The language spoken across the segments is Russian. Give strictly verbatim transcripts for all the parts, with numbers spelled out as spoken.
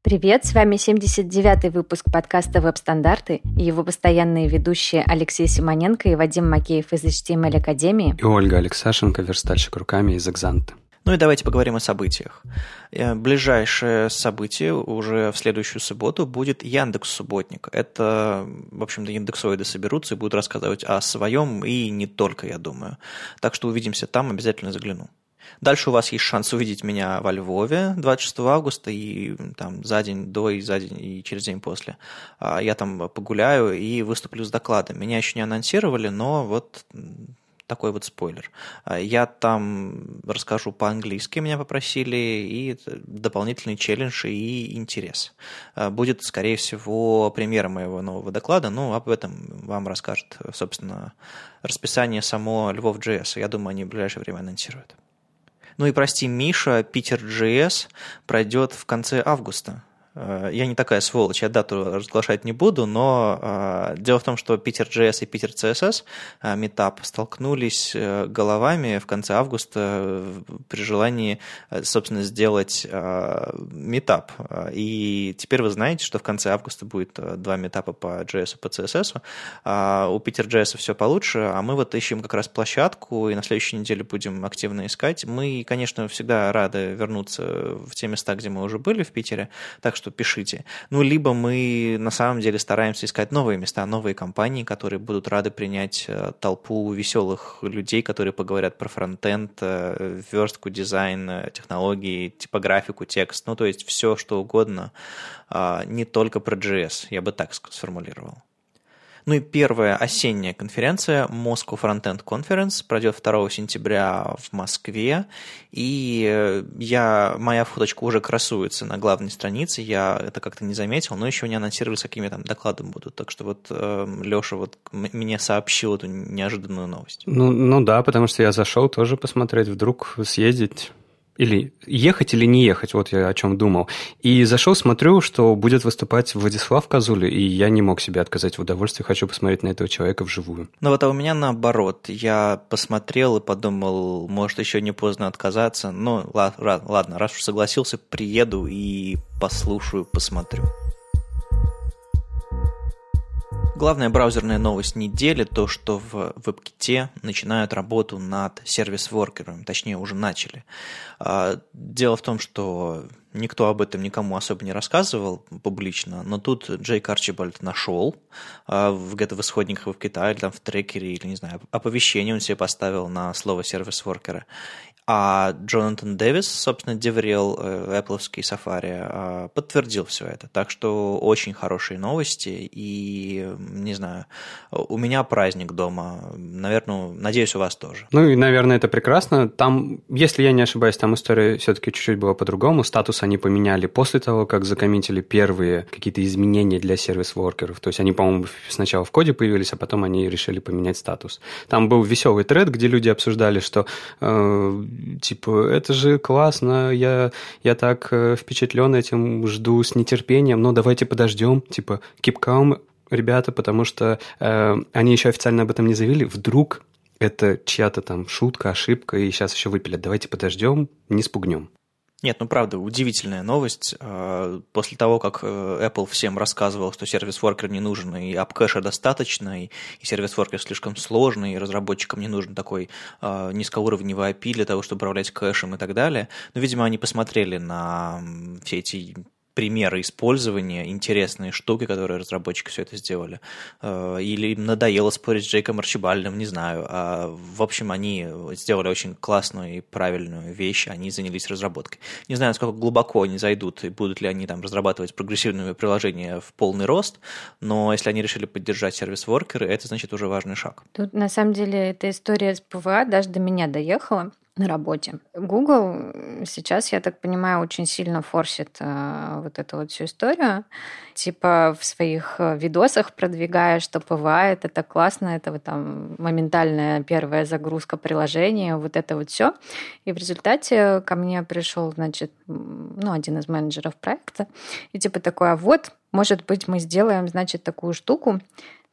Привет, с вами семьдесят девятый выпуск подкаста «Веб-стандарты» и его постоянные ведущие Алексей Симоненко и Вадим Макеев из эйч ти эм эль Академии. И Ольга Алексашенко, верстальщик руками из Экзанта. Ну и давайте поговорим о событиях. Ближайшее событие уже в следующую субботу будет Яндекс.Субботник. Это, в общем-то, индексоиды соберутся и будут рассказывать о своем, и не только, я думаю. Так что увидимся там, обязательно загляну. Дальше у вас есть шанс увидеть меня во Львове двадцать шестого августа и там за день до, и за день, и через день после. Я там погуляю и выступлю с докладом. Меня еще не анонсировали, но вот такой вот спойлер. Я там расскажу по-английски, меня попросили, и дополнительный челлендж и интерес. Будет, скорее всего, премьера моего нового доклада, но об этом вам расскажет, собственно, расписание само Львов.джей эс. Я думаю, они в ближайшее время анонсируют. Ну и прости, Миша, Питер.джей эс пройдет в конце августа. Я не такая сволочь, я дату разглашать не буду, но э, дело в том, что Питер.джей эс и Питер.си эс эс э, Meetup столкнулись э, головами в конце августа э, при желании, э, собственно, сделать э, Meetup. И теперь вы знаете, что в конце августа будет э, два метапа по джей эс и по си эс эс. Э, у Питер.джей эс все получше, а мы вот ищем как раз площадку, и на следующей неделе будем активно искать. Мы, конечно, всегда рады вернуться в те места, где мы уже были в Питере, так что что пишите. Ну, либо мы на самом деле стараемся искать новые места, новые компании, которые будут рады принять толпу веселых людей, которые поговорят про фронтенд, верстку, дизайн, технологии, типографику, текст, ну, то есть все, что угодно, не только про джей эс, я бы так сформулировал. Ну и первая осенняя конференция Moscow Frontend Conference пройдет второго сентября в Москве, и я, моя фоточка уже красуется на главной странице, я это как-то не заметил, но еще не анонсировали, с какими там докладами будут, так что вот э, Леша вот мне сообщил эту неожиданную новость. Ну, ну да, потому что я зашел тоже посмотреть, вдруг съездить. Или ехать, или не ехать, вот я о чем думал. И зашел, смотрю, что будет выступать Владислав Козуля, и я не мог себе отказать в удовольствии, хочу посмотреть на этого человека вживую. Ну вот, а у меня наоборот. Я посмотрел и подумал, может, еще не поздно отказаться. Ну, ладно, раз уж согласился, приеду и послушаю, посмотрю. Главная браузерная новость недели – то, что в WebKit начинают работу над сервис-воркером, точнее, уже начали. Дело в том, что никто об этом никому особо не рассказывал публично, но тут Джейк Арчибальд нашел где-то в исходниках WebKit или там в трекере, или, не знаю, оповещение он себе поставил на слово сервис-воркера. А Джонатан Дэвис, собственно, деврел Apple-овский Safari, подтвердил все это. Так что очень хорошие новости. И, не знаю, у меня праздник дома. Наверное, надеюсь, у вас тоже. Ну и, наверное, это прекрасно. Там, если я не ошибаюсь, там история все-таки чуть-чуть была по-другому. Статус они поменяли после того, как закоммитили первые какие-то изменения для сервис-воркеров. То есть они, по-моему, сначала в коде появились, а потом они решили поменять статус. Там был веселый тред, где люди обсуждали, что... Э- Типа, это же классно, я, я так э, впечатлен этим, жду с нетерпением, но давайте подождем, типа, keep calm, ребята, потому что э, они еще официально об этом не заявили, вдруг это чья-то там шутка, ошибка, и сейчас еще выпилят, давайте подождем, не спугнем. Нет, ну правда, удивительная новость. После того, как Apple всем рассказывал, что сервис-воркер не нужен, и апкэша достаточно, и сервис-воркер слишком сложный, и разработчикам не нужен такой низкоуровневый эй пи ай для того, чтобы управлять кэшем и так далее. Но, видимо, они посмотрели на все эти примеры использования, интересные штуки, которые разработчики все это сделали. Или им надоело спорить с Джейком Арчибальдом, не знаю. В общем, они сделали очень классную и правильную вещь, они занялись разработкой. Не знаю, насколько глубоко они зайдут, и будут ли они там разрабатывать прогрессивные приложения в полный рост, но если они решили поддержать сервис-воркеры, это значит уже важный шаг. Тут, на самом деле, эта история с ПВА даже до меня доехала на работе. Google сейчас, я так понимаю, очень сильно форсит э, вот эту вот всю историю. Типа в своих видосах продвигая, что ПВА — это так классно, это вот там моментальная первая загрузка приложения, вот это вот все. И в результате ко мне пришел, значит, ну, один из менеджеров проекта, и типа такой, а вот, может быть, мы сделаем, значит, такую штуку,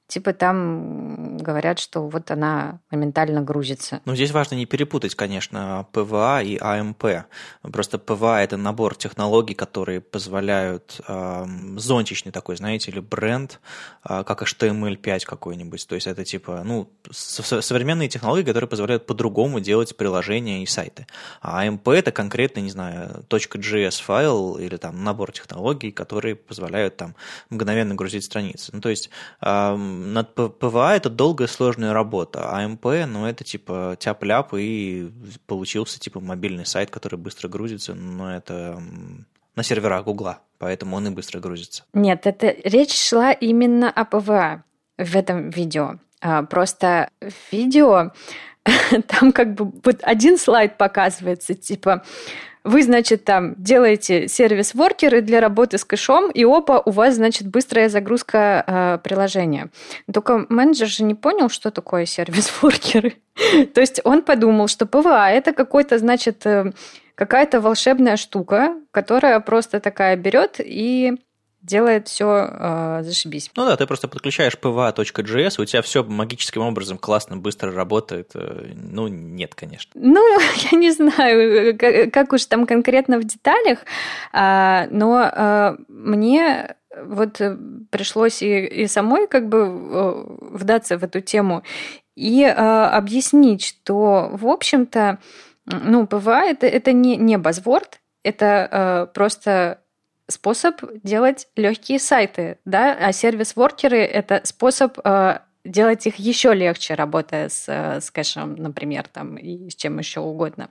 типа там говорят, что вот она моментально грузится. Ну, здесь важно не перепутать, конечно, пи ви эй и эй эм пи. Просто пи ви эй – это набор технологий, которые позволяют э, зонтичный такой, знаете, или бренд, э, как эйч ти эм эль пять какой-нибудь. То есть это типа, ну, современные технологии, которые позволяют по-другому делать приложения и сайты. А эй эм пи – это конкретно, не знаю, .js файл или там набор технологий, которые позволяют там мгновенно грузить страницы. Ну, то есть э, над пи ви эй это долгая сложная работа, а эй эм пи, ну, это типа тяп-ляп, и получился типа мобильный сайт, который быстро грузится, но это на серверах Гугла, поэтому он и быстро грузится. Нет, это речь шла именно о пи ви эй в этом видео. Просто в видео там как бы вот один слайд показывается, типа вы, значит, там делаете сервис-воркеры для работы с кэшом, и опа, у вас, значит, быстрая загрузка э, приложения. Только менеджер же не понял, что такое сервис-воркеры. То есть он подумал, что пи ви эй – это какой-то, значит, э, какая-то волшебная штука, которая просто такая берет и делает все э, зашибись. Ну да, ты просто подключаешь пи ви эй.js, у тебя все магическим образом классно, быстро работает. Ну, нет, конечно. Ну, я не знаю, как, как уж там конкретно в деталях, а, но а, мне вот пришлось и, и самой как бы вдаться в эту тему и а, объяснить, что, в общем-то, ну, пи ви эй это, это не, не базворд, это а, просто способ делать легкие сайты, да, а сервис-воркеры – это способ э, делать их еще легче, работая с, с кэшем, например, там, и с чем еще угодно.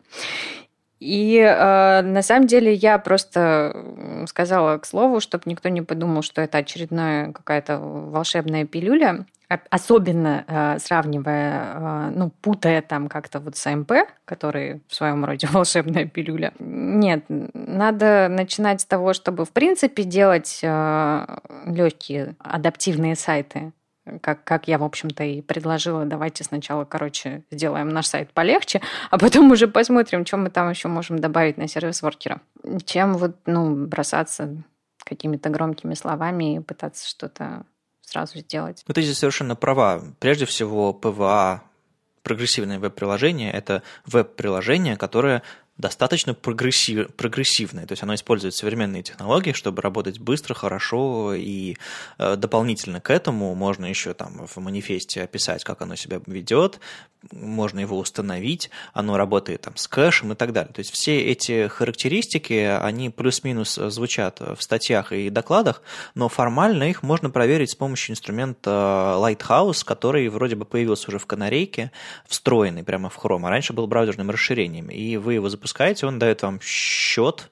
И э, на самом деле я просто сказала к слову, чтобы никто не подумал, что это очередная какая-то волшебная пилюля, особенно э, сравнивая, э, ну, путая там как-то вот с эй эм пи, который в своем роде волшебная пилюля. Нет, надо начинать с того, чтобы, в принципе, делать э, легкие адаптивные сайты, как, как я, в общем-то, и предложила. Давайте сначала, короче, сделаем наш сайт полегче, а потом уже посмотрим, что мы там еще можем добавить на сервис-воркера. Чем вот, ну, бросаться какими-то громкими словами и пытаться что-то сразу сделать. Ну, ты здесь совершенно права. Прежде всего, пи ви эй, прогрессивное веб-приложение, это веб-приложение, которое достаточно прогрессив, прогрессивное, то есть оно использует современные технологии, чтобы работать быстро, хорошо, и э, дополнительно к этому можно еще там в манифесте описать, как оно себя ведет, можно его установить, оно работает там с кэшем и так далее. То есть все эти характеристики, они плюс-минус звучат в статьях и докладах, но формально их можно проверить с помощью инструмента Lighthouse, который вроде бы появился уже в канарейке, встроенный прямо в Chrome, а раньше был браузерным расширением, и вы его запускаете, он дает вам счет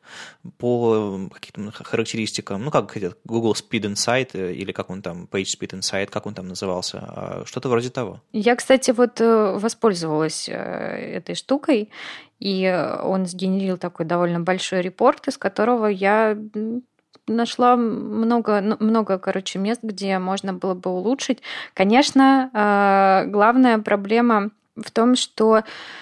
по каким-то характеристикам, ну, как Google Speed Insight или как он там, Page Speed Insight, как он там назывался, что-то вроде того. Я, кстати, вот воспользовалась этой штукой, и он сгенерил такой довольно большой репорт, из которого я нашла много, много, короче, мест, где можно было бы улучшить. Конечно, главная проблема в том, что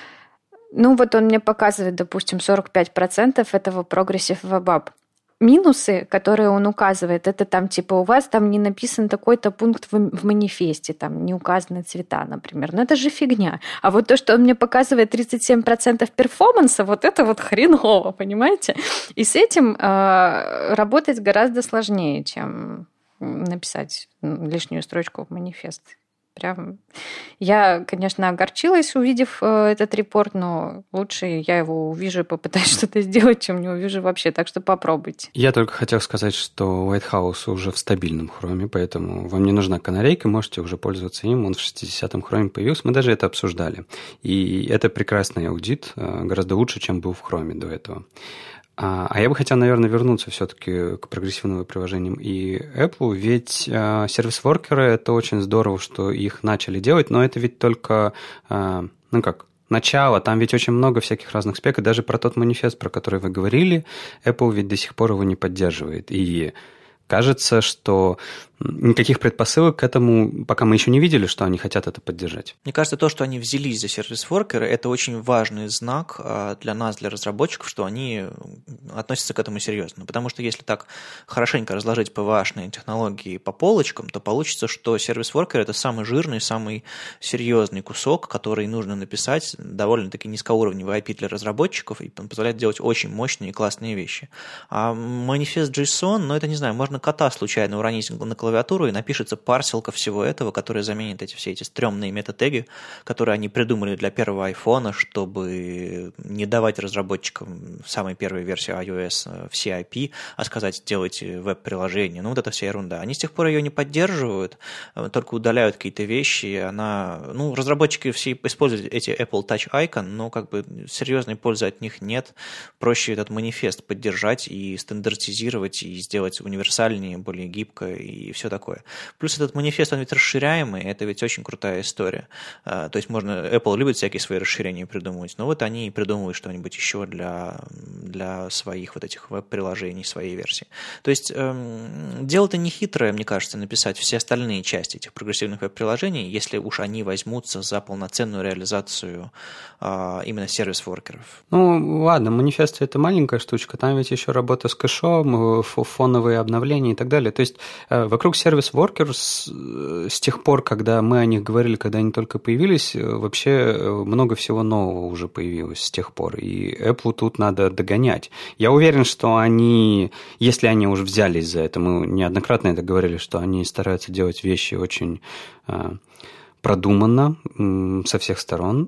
ну вот он мне показывает, допустим, сорок пять процентов этого Progressive Web App. Минусы, которые он указывает, это там типа у вас там не написан такой-то пункт в, в манифесте, там не указаны цвета, например. Но это же фигня. А вот то, что он мне показывает тридцать семь процентов перформанса, вот это вот хреново, понимаете? И с этим э, работать гораздо сложнее, чем написать лишнюю строчку в манифест. Прям я, конечно, огорчилась, увидев э, этот репорт, но лучше я его увижу и попытаюсь что-то сделать, чем не увижу вообще, так что попробуйте. Я только хотел сказать, что Lighthouse уже в стабильном хроме, поэтому вам не нужна канарейка, можете уже пользоваться им, он в шестидесятом хроме появился, мы даже это обсуждали. И это прекрасный аудит, гораздо лучше, чем был в хроме до этого. А я бы хотел, наверное, вернуться все-таки к прогрессивным приложениям и Apple, ведь э, сервис-воркеры – это очень здорово, что их начали делать, но это ведь только, э, ну как, начало, там ведь очень много всяких разных спек, и даже про тот манифест, про который вы говорили, Apple ведь до сих пор его не поддерживает. И Кажется, что никаких предпосылок к этому, пока мы еще не видели, что они хотят это поддержать. Мне кажется, то, что они взялись за сервис-воркеры, это очень важный знак для нас, для разработчиков, что они относятся к этому серьезно. Потому что если так хорошенько разложить пи ви эй-шные технологии по полочкам, то получится, что сервис-воркер – это самый жирный, самый серьезный кусок, который нужно написать, довольно-таки низкоуровневый ай пи для разработчиков, и он позволяет делать очень мощные и классные вещи. А манифест JSON, ну это, не знаю, можно кота случайно уронить на клавиатуру, и напишется парсилка всего этого, которая заменит эти все эти стрёмные мета-теги, которые они придумали для первого айфона, чтобы не давать разработчикам в самой первой версии iOS все ай пи, а сказать, делайте веб-приложение. Ну, вот это вся ерунда. Они с тех пор ее не поддерживают, только удаляют какие-то вещи. Она, ну, разработчики все используют эти Apple Touch Icon, но как бы серьезной пользы от них нет. Проще этот манифест поддержать и стандартизировать, и сделать универсальнее, более гибко и все такое. Плюс этот манифест, он ведь расширяемый, это ведь очень крутая история. То есть можно, Apple любит всякие свои расширения придумывать, но вот они придумывают что-нибудь еще для, для своих вот этих веб-приложений, своей версии. То есть эм, дело-то не хитрое, мне кажется, написать все остальные части этих прогрессивных веб-приложений, если уж они возьмутся за полноценную реализацию э, именно сервис-воркеров. Ну, ладно, манифесты – это маленькая штучка, там ведь еще работа с кэшом, фоновые обновления и так далее. То есть вокруг сервис-воркер с, с тех пор, когда мы о них говорили, когда они только появились, вообще много всего нового уже появилось с тех пор, и Apple тут надо догонять. Я уверен, что они, если они уже взялись за это, мы неоднократно это говорили, что они стараются делать вещи очень продуманно со всех сторон.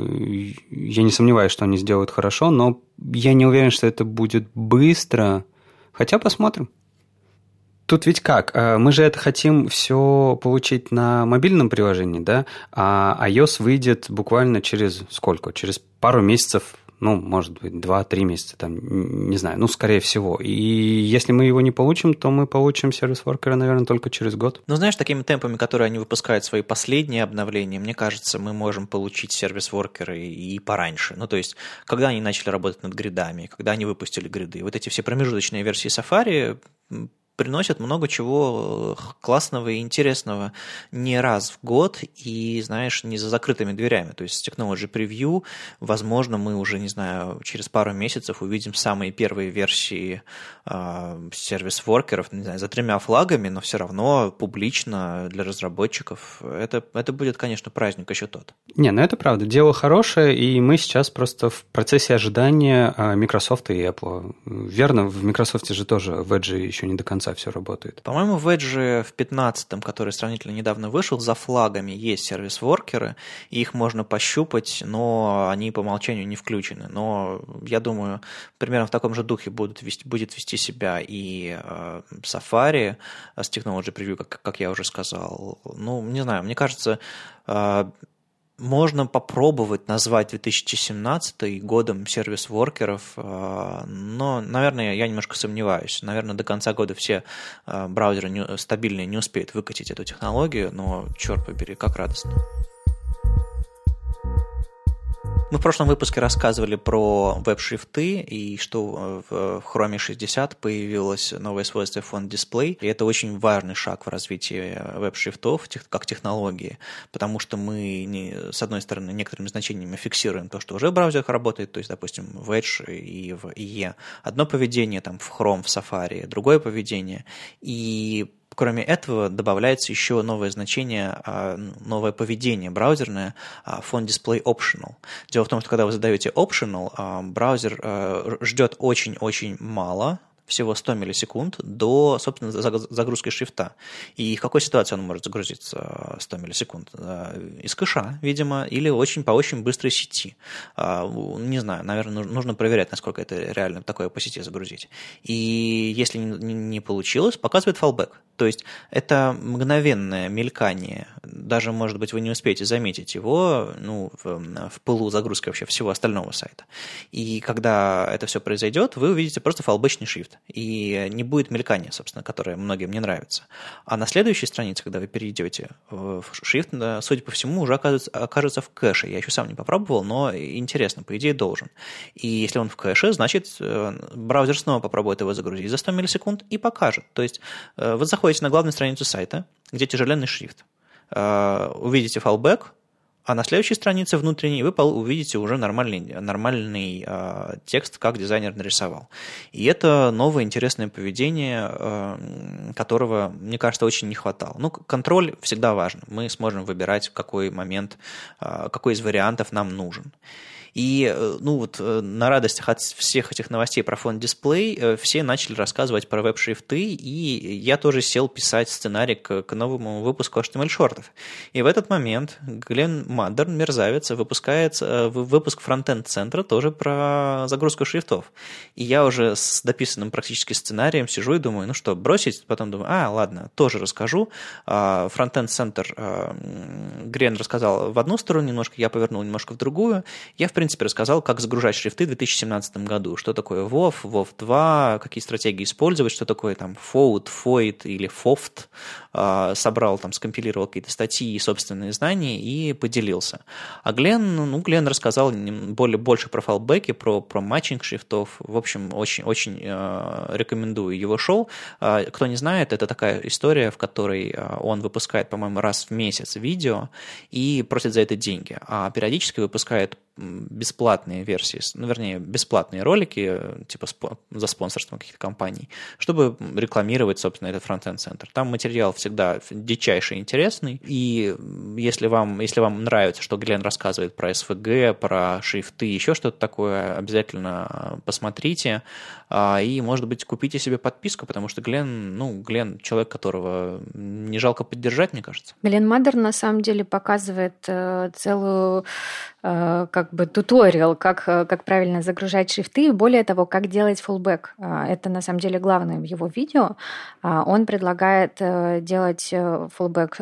Я не сомневаюсь, что они сделают хорошо, но я не уверен, что это будет быстро, хотя посмотрим. Тут ведь как? Мы же это хотим все получить на мобильном приложении, да? А iOS выйдет буквально через сколько? Через пару месяцев, ну, может быть, два-три месяца, там, не знаю, ну, скорее всего. И если мы его не получим, то мы получим сервис-воркера, наверное, только через год. Ну, знаешь, такими темпами, которые они выпускают свои последние обновления, мне кажется, мы можем получить сервис-воркеры и пораньше. Ну, то есть, когда они начали работать над гридами, когда они выпустили гриды, вот эти все промежуточные версии Safari приносят много чего классного и интересного не раз в год и, знаешь, не за закрытыми дверями. То есть с Technology Preview, возможно, мы уже, не знаю, через пару месяцев увидим самые первые версии э, сервис-воркеров, не знаю, за тремя флагами, но все равно публично для разработчиков. Это, это будет, конечно, праздник еще тот. Не, ну это правда. Дело хорошее, и мы сейчас просто в процессе ожидания Microsoft и Apple. Верно, в Microsoft же тоже в Edge еще не до конца все работает. По-моему, в Edge в пятнадцатом, который сравнительно недавно вышел, за флагами есть сервис-воркеры, и их можно пощупать, но они по умолчанию не включены. Но я думаю, примерно в таком же духе будут вести, будет вести себя и э, Safari с Technology Preview, как, как я уже сказал. Ну, не знаю, мне кажется, э, можно попробовать назвать две тысячи семнадцатый годом сервис-воркеров, но, наверное, я немножко сомневаюсь. Наверное, до конца года все браузеры не, стабильные не успеют выкатить эту технологию, но, черт побери, как радостно. Мы в прошлом выпуске рассказывали про веб-шрифты и что в Chrome шестьдесят появилось новое свойство Font Display. И это очень важный шаг в развитии веб-шрифтов как технологии, потому что мы, не, с одной стороны, некоторыми значениями фиксируем то, что уже в браузерах работает, то есть, допустим, в Edge и в и и. Одно поведение там, в Chrome, в Safari, другое поведение. И кроме этого, добавляется еще новое значение, новое поведение браузерное, Font Display Optional. Дело в том, что когда вы задаете Optional, браузер ждет очень-очень мало, всего сто миллисекунд до, собственно, загрузки шрифта. И в какой ситуации он может загрузиться сто миллисекунд? Из кэша, видимо, или очень, по очень быстрой сети. Не знаю, наверное, нужно проверять, насколько это реально такое по сети загрузить. И если не получилось, показывает fallback. То То есть это мгновенное мелькание, даже, может быть, вы не успеете заметить его ну, в, в пылу загрузки вообще всего остального сайта. И когда это все произойдет, вы увидите просто фалбэчный шрифт, и не будет мелькания, собственно, которое многим не нравится. А на следующей странице, когда вы перейдете, шрифт, судя по всему, уже окажется, окажется в кэше. Я еще сам не попробовал, но интересно, по идее, должен. И если он в кэше, значит, браузер снова попробует его загрузить за сто миллисекунд и покажет. То есть вы заходите на главную страницу сайта, где тяжеленный шрифт, увидите фалбэк, а на следующей странице внутренней вы увидите уже нормальный, нормальный э, текст, как дизайнер нарисовал. И это новое интересное поведение, э, которого, мне кажется, очень не хватало. Ну, контроль всегда важен. Мы сможем выбирать, в какой момент, э, какой из вариантов нам нужен. И ну вот на радостях от всех этих новостей про фон дисплей все начали рассказывать про веб-шрифты, и я тоже сел писать сценарий к, к новому выпуску эйч ти эм эль-шортов. И в этот момент Глен Маддерн, мерзавец, выпускает выпуск фронтенд-центра тоже про загрузку шрифтов. И я уже с дописанным практически сценарием сижу и думаю, ну что, бросить? Потом думаю, а, ладно, тоже расскажу. Фронтенд-центр Глен рассказал в одну сторону немножко, я повернул немножко в другую. Я, в принципе, В принципе, рассказал, как загружать шрифты в две тысячи семнадцатом году, что такое вов, вов два, какие стратегии использовать, что такое там фоут, фоит или фофт, собрал, там, скомпилировал какие-то статьи и собственные знания и поделился. А Глен, ну, Глен рассказал более, больше про фалбеки, про, про матчинг шрифтов. В общем, очень, очень рекомендую его шоу. Кто не знает, это такая история, в которой он выпускает, по-моему, раз в месяц видео и просит за это деньги, а периодически выпускает бесплатные версии, ну, вернее, бесплатные ролики, типа за спонсорством каких-то компаний, чтобы рекламировать, собственно, этот фронтенд-центр. Там материал всегда дичайше интересный, и если вам, если вам нравится, что Глен рассказывает про эс ви джи, про шрифты, еще что-то такое, обязательно посмотрите, и, может быть, купите себе подписку, потому что Глен, ну, Глен человек, которого не жалко поддержать, мне кажется. Глен Маддерн, на самом деле, показывает целую как бы туториал, как, как правильно загружать шрифты, и более того, как делать фуллбэк. Это на самом деле главное в его видео. Он предлагает делать фуллбэк,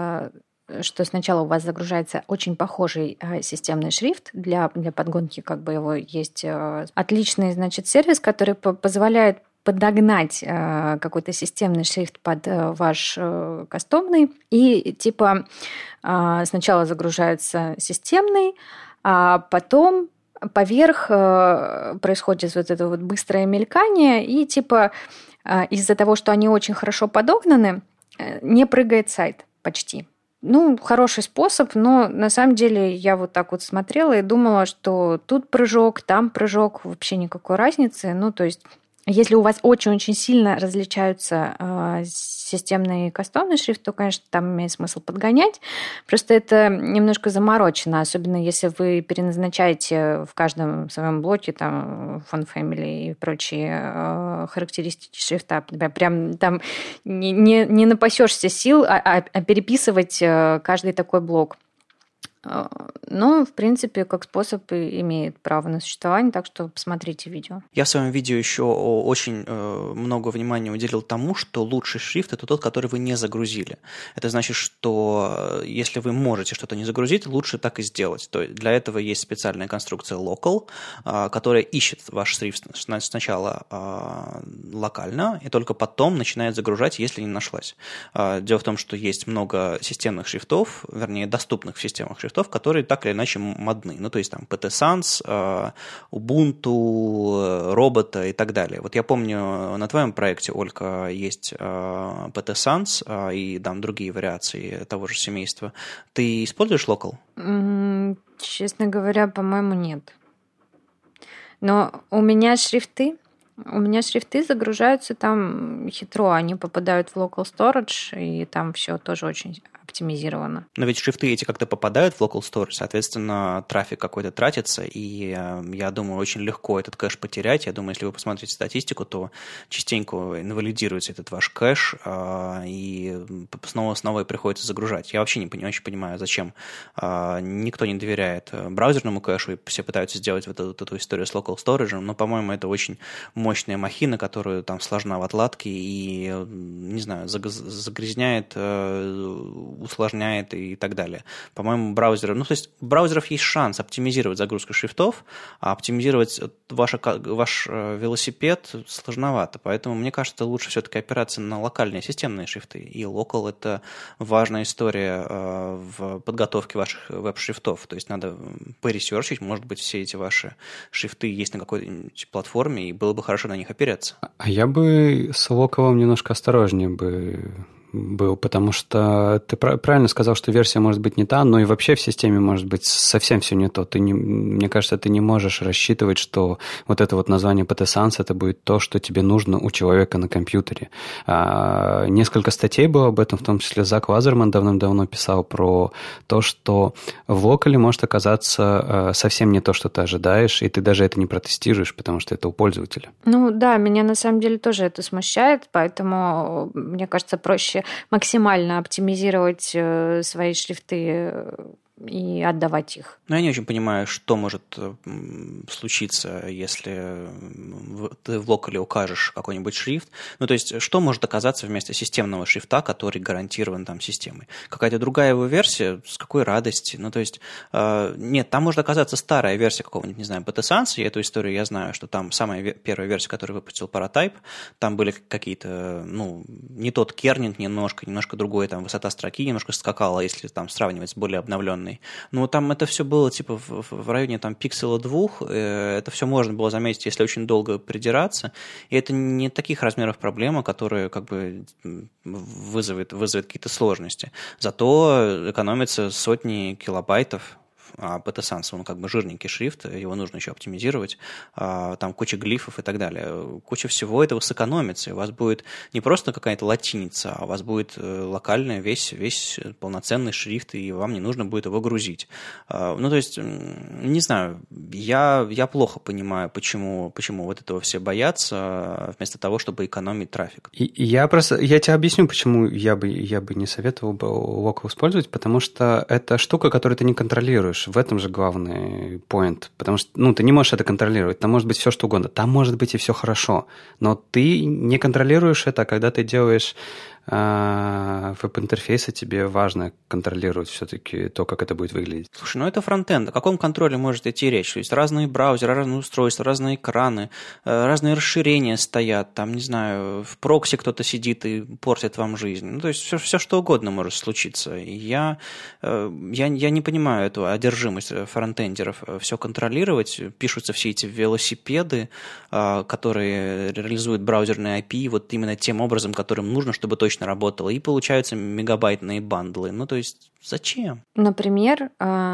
что сначала у вас загружается очень похожий системный шрифт для, для подгонки, как бы его есть отличный, значит, сервис, который позволяет подогнать э, какой-то системный шрифт под э, ваш э, кастомный. И типа э, сначала загружается системный, а потом поверх э, происходит вот это вот быстрое мелькание, и типа э, из-за того, что они очень хорошо подогнаны, э, не прыгает сайт почти. Ну, хороший способ, но на самом деле я вот так вот смотрела и думала, что тут прыжок, там прыжок, вообще никакой разницы. Ну, то есть если у вас очень-очень сильно различаются э, системный и кастомный шрифт, то, конечно, там имеет смысл подгонять. Просто это немножко заморочено, особенно если вы переназначаете в каждом своем блоке там font family и прочие э, характеристики шрифта. Прям там не, не, не напасешься сил, а, а, а переписывать э, каждый такой блок. Но, в принципе, как способ имеет право на существование, так что посмотрите видео. Я в своем видео еще очень много внимания уделил тому, что лучший шрифт – это тот, который вы не загрузили. Это значит, что если вы можете что-то не загрузить, лучше так и сделать. То есть для этого есть специальная конструкция local, которая ищет ваш шрифт сначала локально, и только потом начинает загружать, если не нашлась. Дело в том, что есть много системных шрифтов, вернее, доступных в системах шрифтов, которые так или иначе модны. Ну, то есть там пи ти Sans, Ubuntu, Робота и так далее. Вот я помню, на твоем проекте, Ольга, есть пи ти Sans и там другие вариации того же семейства. Ты используешь Local? Mm, честно говоря, по-моему, нет. Но у меня шрифты, у меня шрифты загружаются там хитро, они попадают в Local Storage, и там все тоже очень оптимизировано. Но ведь шрифты эти как-то попадают в local store, соответственно, трафик какой-то тратится, и я думаю, очень легко этот кэш потерять. Я думаю, если вы посмотрите статистику, то частенько инвалидируется этот ваш кэш, и снова-снова приходится загружать. Я вообще не, не очень понимаю, зачем. Никто не доверяет браузерному кэшу, и все пытаются сделать вот эту, вот эту историю с local storage, но, по-моему, это очень мощная махина, которая там сложна в отладке и, не знаю, загрязняет, усложняет и так далее. По-моему, браузеры... Ну, то есть у браузеров есть шанс оптимизировать загрузку шрифтов, а оптимизировать ваш, ваш велосипед сложновато. Поэтому, мне кажется, лучше все-таки опираться на локальные системные шрифты. И local – это важная история в подготовке ваших веб-шрифтов. То есть надо поресерчить, может быть, все эти ваши шрифты есть на какой-нибудь платформе, и было бы хорошо на них опереться. А я бы с локалом немножко осторожнее бы был, потому что ты правильно сказал, что версия может быть не та, но и вообще в системе может быть совсем все не то. Ты не, мне кажется, ты не можешь рассчитывать, что вот это вот название пи ти Sans это будет то, что тебе нужно у человека на компьютере. А, несколько статей было об этом, в том числе Зак Лазерман давным-давно писал про то, что в локале может оказаться а, совсем не то, что ты ожидаешь, и ты даже это не протестируешь, потому что это у пользователя. Ну да, меня на самом деле тоже это смущает, поэтому мне кажется, проще максимально оптимизировать свои шрифты и отдавать их. Но я не очень понимаю, что может случиться, если ты в локале укажешь какой-нибудь шрифт. Ну, то есть, что может оказаться вместо системного шрифта, который гарантирован там системой? Какая-то другая его версия, с какой радости? Ну, то есть, нет, там может оказаться старая версия какого-нибудь, не знаю, пи ти Sans, и эту историю я знаю, что там самая первая версия, которую выпустил Paratype, там были какие-то, ну, не тот кернинг немножко, немножко другой, там, высота строки немножко скакала, если там сравнивать с более обновленной. Но там это все было типа в, в районе там, пикселя двух, это все можно было заметить, если очень долго придираться, и это не таких размеров проблема, которые как бы вызовет, вызовет какие-то сложности. Зато экономится сотни килобайтов. А пи ти Sans, он как бы жирненький шрифт, его нужно еще оптимизировать, там куча глифов и так далее. Куча всего этого сэкономится, и у вас будет не просто какая-то латиница, а у вас будет локальный весь, весь полноценный шрифт, и вам не нужно будет его грузить. Ну, то есть, не знаю, я, я плохо понимаю, почему, почему вот этого все боятся, вместо того, чтобы экономить трафик. И, и я просто, я тебе объясню, почему я бы, я бы не советовал бы локал использовать, потому что это штука, которую ты не контролируешь. В этом же главный поинт, потому что ну, ты не можешь это контролировать, там может быть все что угодно, там может быть и все хорошо, но ты не контролируешь это, а когда ты делаешь веб-интерфейса, тебе важно контролировать все-таки то, как это будет выглядеть. Слушай, ну это фронтенд. О каком контроле может идти речь? То есть разные браузеры, разные устройства, разные экраны, разные расширения стоят, там, не знаю, в прокси кто-то сидит и портит вам жизнь. Ну, то есть все, все что угодно может случиться. И я, я, я не понимаю эту одержимость фронтендеров все контролировать. Пишутся все эти велосипеды, которые реализуют браузерные ай пи вот именно тем образом, которым нужно, чтобы точно работало, и получаются мегабайтные бандлы. Ну, то есть, зачем? Например,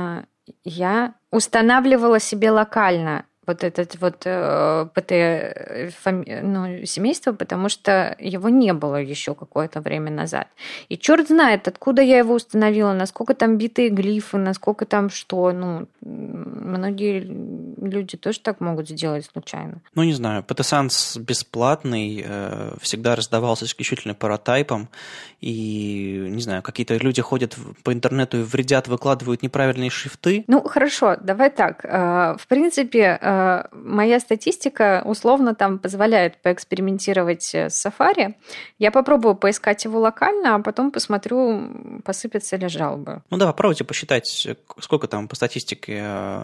я устанавливала себе локально вот этот вот пи ти ну, семейство, потому что его не было еще какое-то время назад. И черт знает, откуда я его установила, насколько там битые глифы, насколько там что. Ну, многие люди тоже так могут сделать случайно. Ну, не знаю, пи ти Sans бесплатный, всегда раздавался исключительно паратайпом, и, не знаю, какие-то люди ходят по интернету и вредят, выкладывают неправильные шрифты. Ну, хорошо, давай так. В принципе, моя статистика условно там позволяет поэкспериментировать с Safari. Я попробую поискать его локально, а потом посмотрю, посыпятся ли жалобы. Ну да, попробуйте посчитать, сколько там по статистике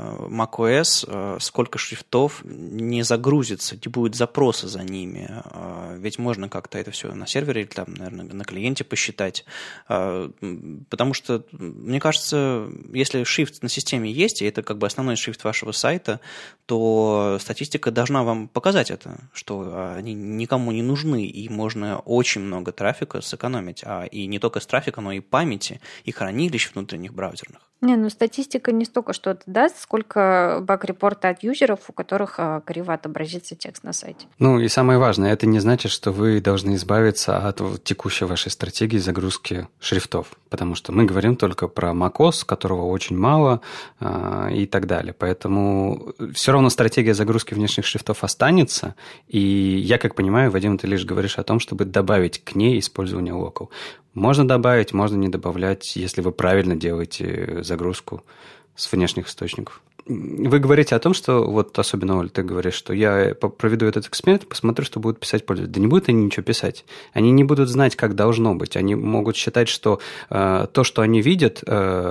macOS, сколько шрифтов не загрузится, не будет запроса за ними. Ведь можно как-то это все на сервере или там, наверное, на клиенте посчитать. Потому что, мне кажется, если шрифт на системе есть, и это как бы основной шрифт вашего сайта, то статистика должна вам показать это, что они никому не нужны, и можно очень много трафика сэкономить. А и не только с трафика, но и памяти, и хранилищ внутренних браузерных. Не, ну статистика не столько что-то даст, сколько баг-репорта от юзеров, у которых криво отобразится текст на сайте. Ну и самое важное, это не значит, что вы должны избавиться от текущей вашей стратегии загрузки шрифтов, потому что мы говорим только про macOS, которого очень мало и так далее. Поэтому все равно стратегия загрузки внешних шрифтов останется, и я, как понимаю, Вадим, ты лишь говоришь о том, чтобы добавить к ней использование local. Можно добавить, можно не добавлять, если вы правильно делаете загрузку с внешних источников. Вы говорите о том, что, вот особенно, Оля, ты говоришь, что я проведу этот эксперимент, посмотрю, что будут писать пользователи. Да не будут они ничего писать. Они не будут знать, как должно быть. Они могут считать, что э, то, что они видят,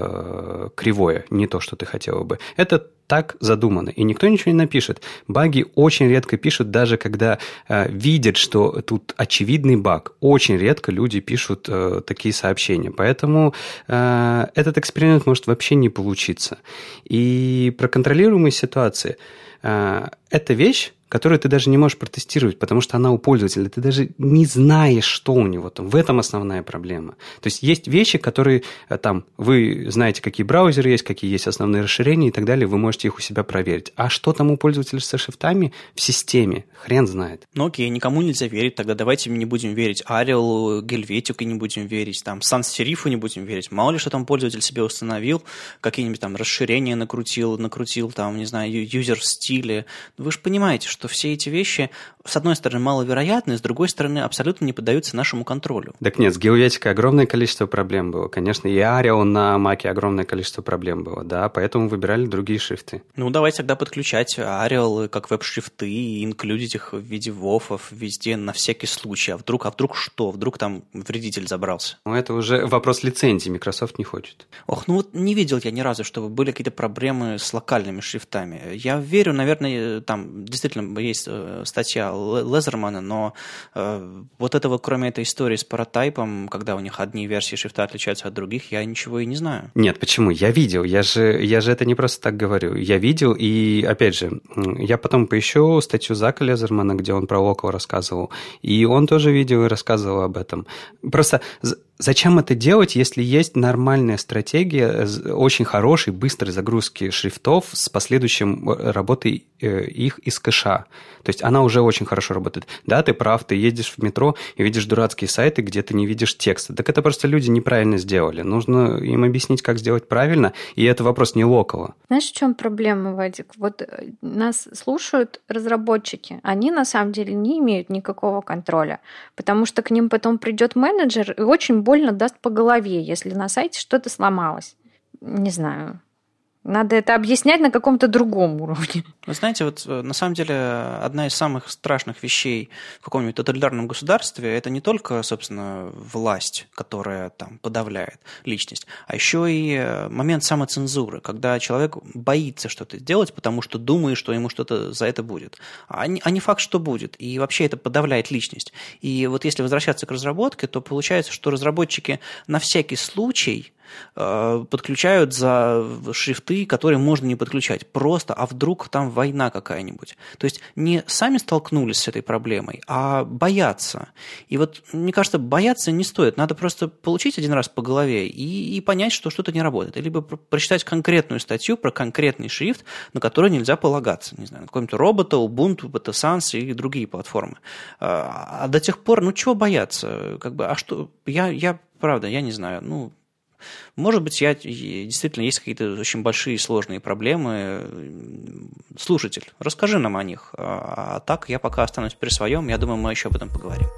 э, кривое, не то, что ты хотела бы. Это так задумано, и никто ничего не напишет. Баги очень редко пишут, даже когда э, видят, что тут очевидный баг. Очень редко люди пишут э, такие сообщения. Поэтому э, этот эксперимент может вообще не получиться. И про контролируемые ситуации э, это вещь, которую ты даже не можешь протестировать, потому что она у пользователя. Ты даже не знаешь, что у него там. В этом основная проблема. То есть есть вещи, которые там, вы знаете, какие браузеры есть, какие есть основные расширения и так далее, вы можете их у себя проверить. А что там у пользователя со шрифтами в системе? Хрен знает. Ну окей, никому нельзя верить, тогда давайте не будем верить Arial, Helvetica не будем верить, там, Sans-Serif не будем верить. Мало ли, что там пользователь себе установил, какие-нибудь там расширения накрутил, накрутил, там, не знаю, юзер в стиле. Вы же понимаете, что все эти вещи, с одной стороны, маловероятны, с другой стороны, абсолютно не поддаются нашему контролю. Так нет, с Helvetica огромное количество проблем было. Конечно, и Arial на Mac'е огромное количество проблем было, да, поэтому выбирали другие шрифты. Ну, давайте тогда подключать Arial как веб-шрифты и инклюдить их в виде вофов везде на всякий случай. А вдруг, а вдруг что? Вдруг там вредитель забрался? Ну, это уже вопрос лицензии, Microsoft не хочет. Ох, ну вот не видел я ни разу, чтобы были какие-то проблемы с локальными шрифтами. Я верю, наверное, там действительно есть статья Лезермана, но э, вот этого, кроме этой истории с паратайпом, когда у них одни версии шрифта отличаются от других, я ничего и не знаю. Нет, почему? Я видел, я же, я же это не просто так говорю. Я видел, и, опять же, я потом поищу статью Зака Лезермана, где он про local рассказывал, и он тоже видел и рассказывал об этом. Просто зачем это делать, если есть нормальная стратегия очень хорошей, быстрой загрузки шрифтов с последующим работой их из кэша? То есть она уже очень хорошо работает. Да, ты прав, ты едешь в метро и видишь дурацкие сайты, где ты не видишь текста. Так это просто люди неправильно сделали. Нужно им объяснить, как сделать правильно, и это вопрос не локала. Знаешь, в чем проблема, Вадик? Вот нас слушают разработчики. Они на самом деле не имеют никакого контроля, потому что к ним потом придет менеджер и очень больно даст по голове, если на сайте что-то сломалось. Не знаю. Надо это объяснять на каком-то другом уровне. Вы знаете, вот на самом деле одна из самых страшных вещей в каком-нибудь тоталитарном государстве – это не только, собственно, власть, которая там подавляет личность, а еще и момент самоцензуры, когда человек боится что-то делать, потому что думает, что ему что-то за это будет. А не, а не факт, что будет. И вообще это подавляет личность. И вот если возвращаться к разработке, то получается, что разработчики на всякий случай подключают за шрифты, которые можно не подключать. Просто, а вдруг там война какая-нибудь. То есть не сами столкнулись с этой проблемой, а боятся. И вот, мне кажется, бояться не стоит. Надо просто получить один раз по голове и, и понять, что что-то не работает. Либо прочитать конкретную статью про конкретный шрифт, на который нельзя полагаться. Не знаю, на какого-нибудь робота, Ubuntu, Beta Sans и другие платформы. А до тех пор, ну чего бояться? Как бы, а что? Я, я, правда, я не знаю. Ну, может быть, я, действительно есть какие-то очень большие и сложные проблемы. Слушатель, расскажи нам о них. А так, я пока останусь при своем. Я думаю, мы еще об этом поговорим.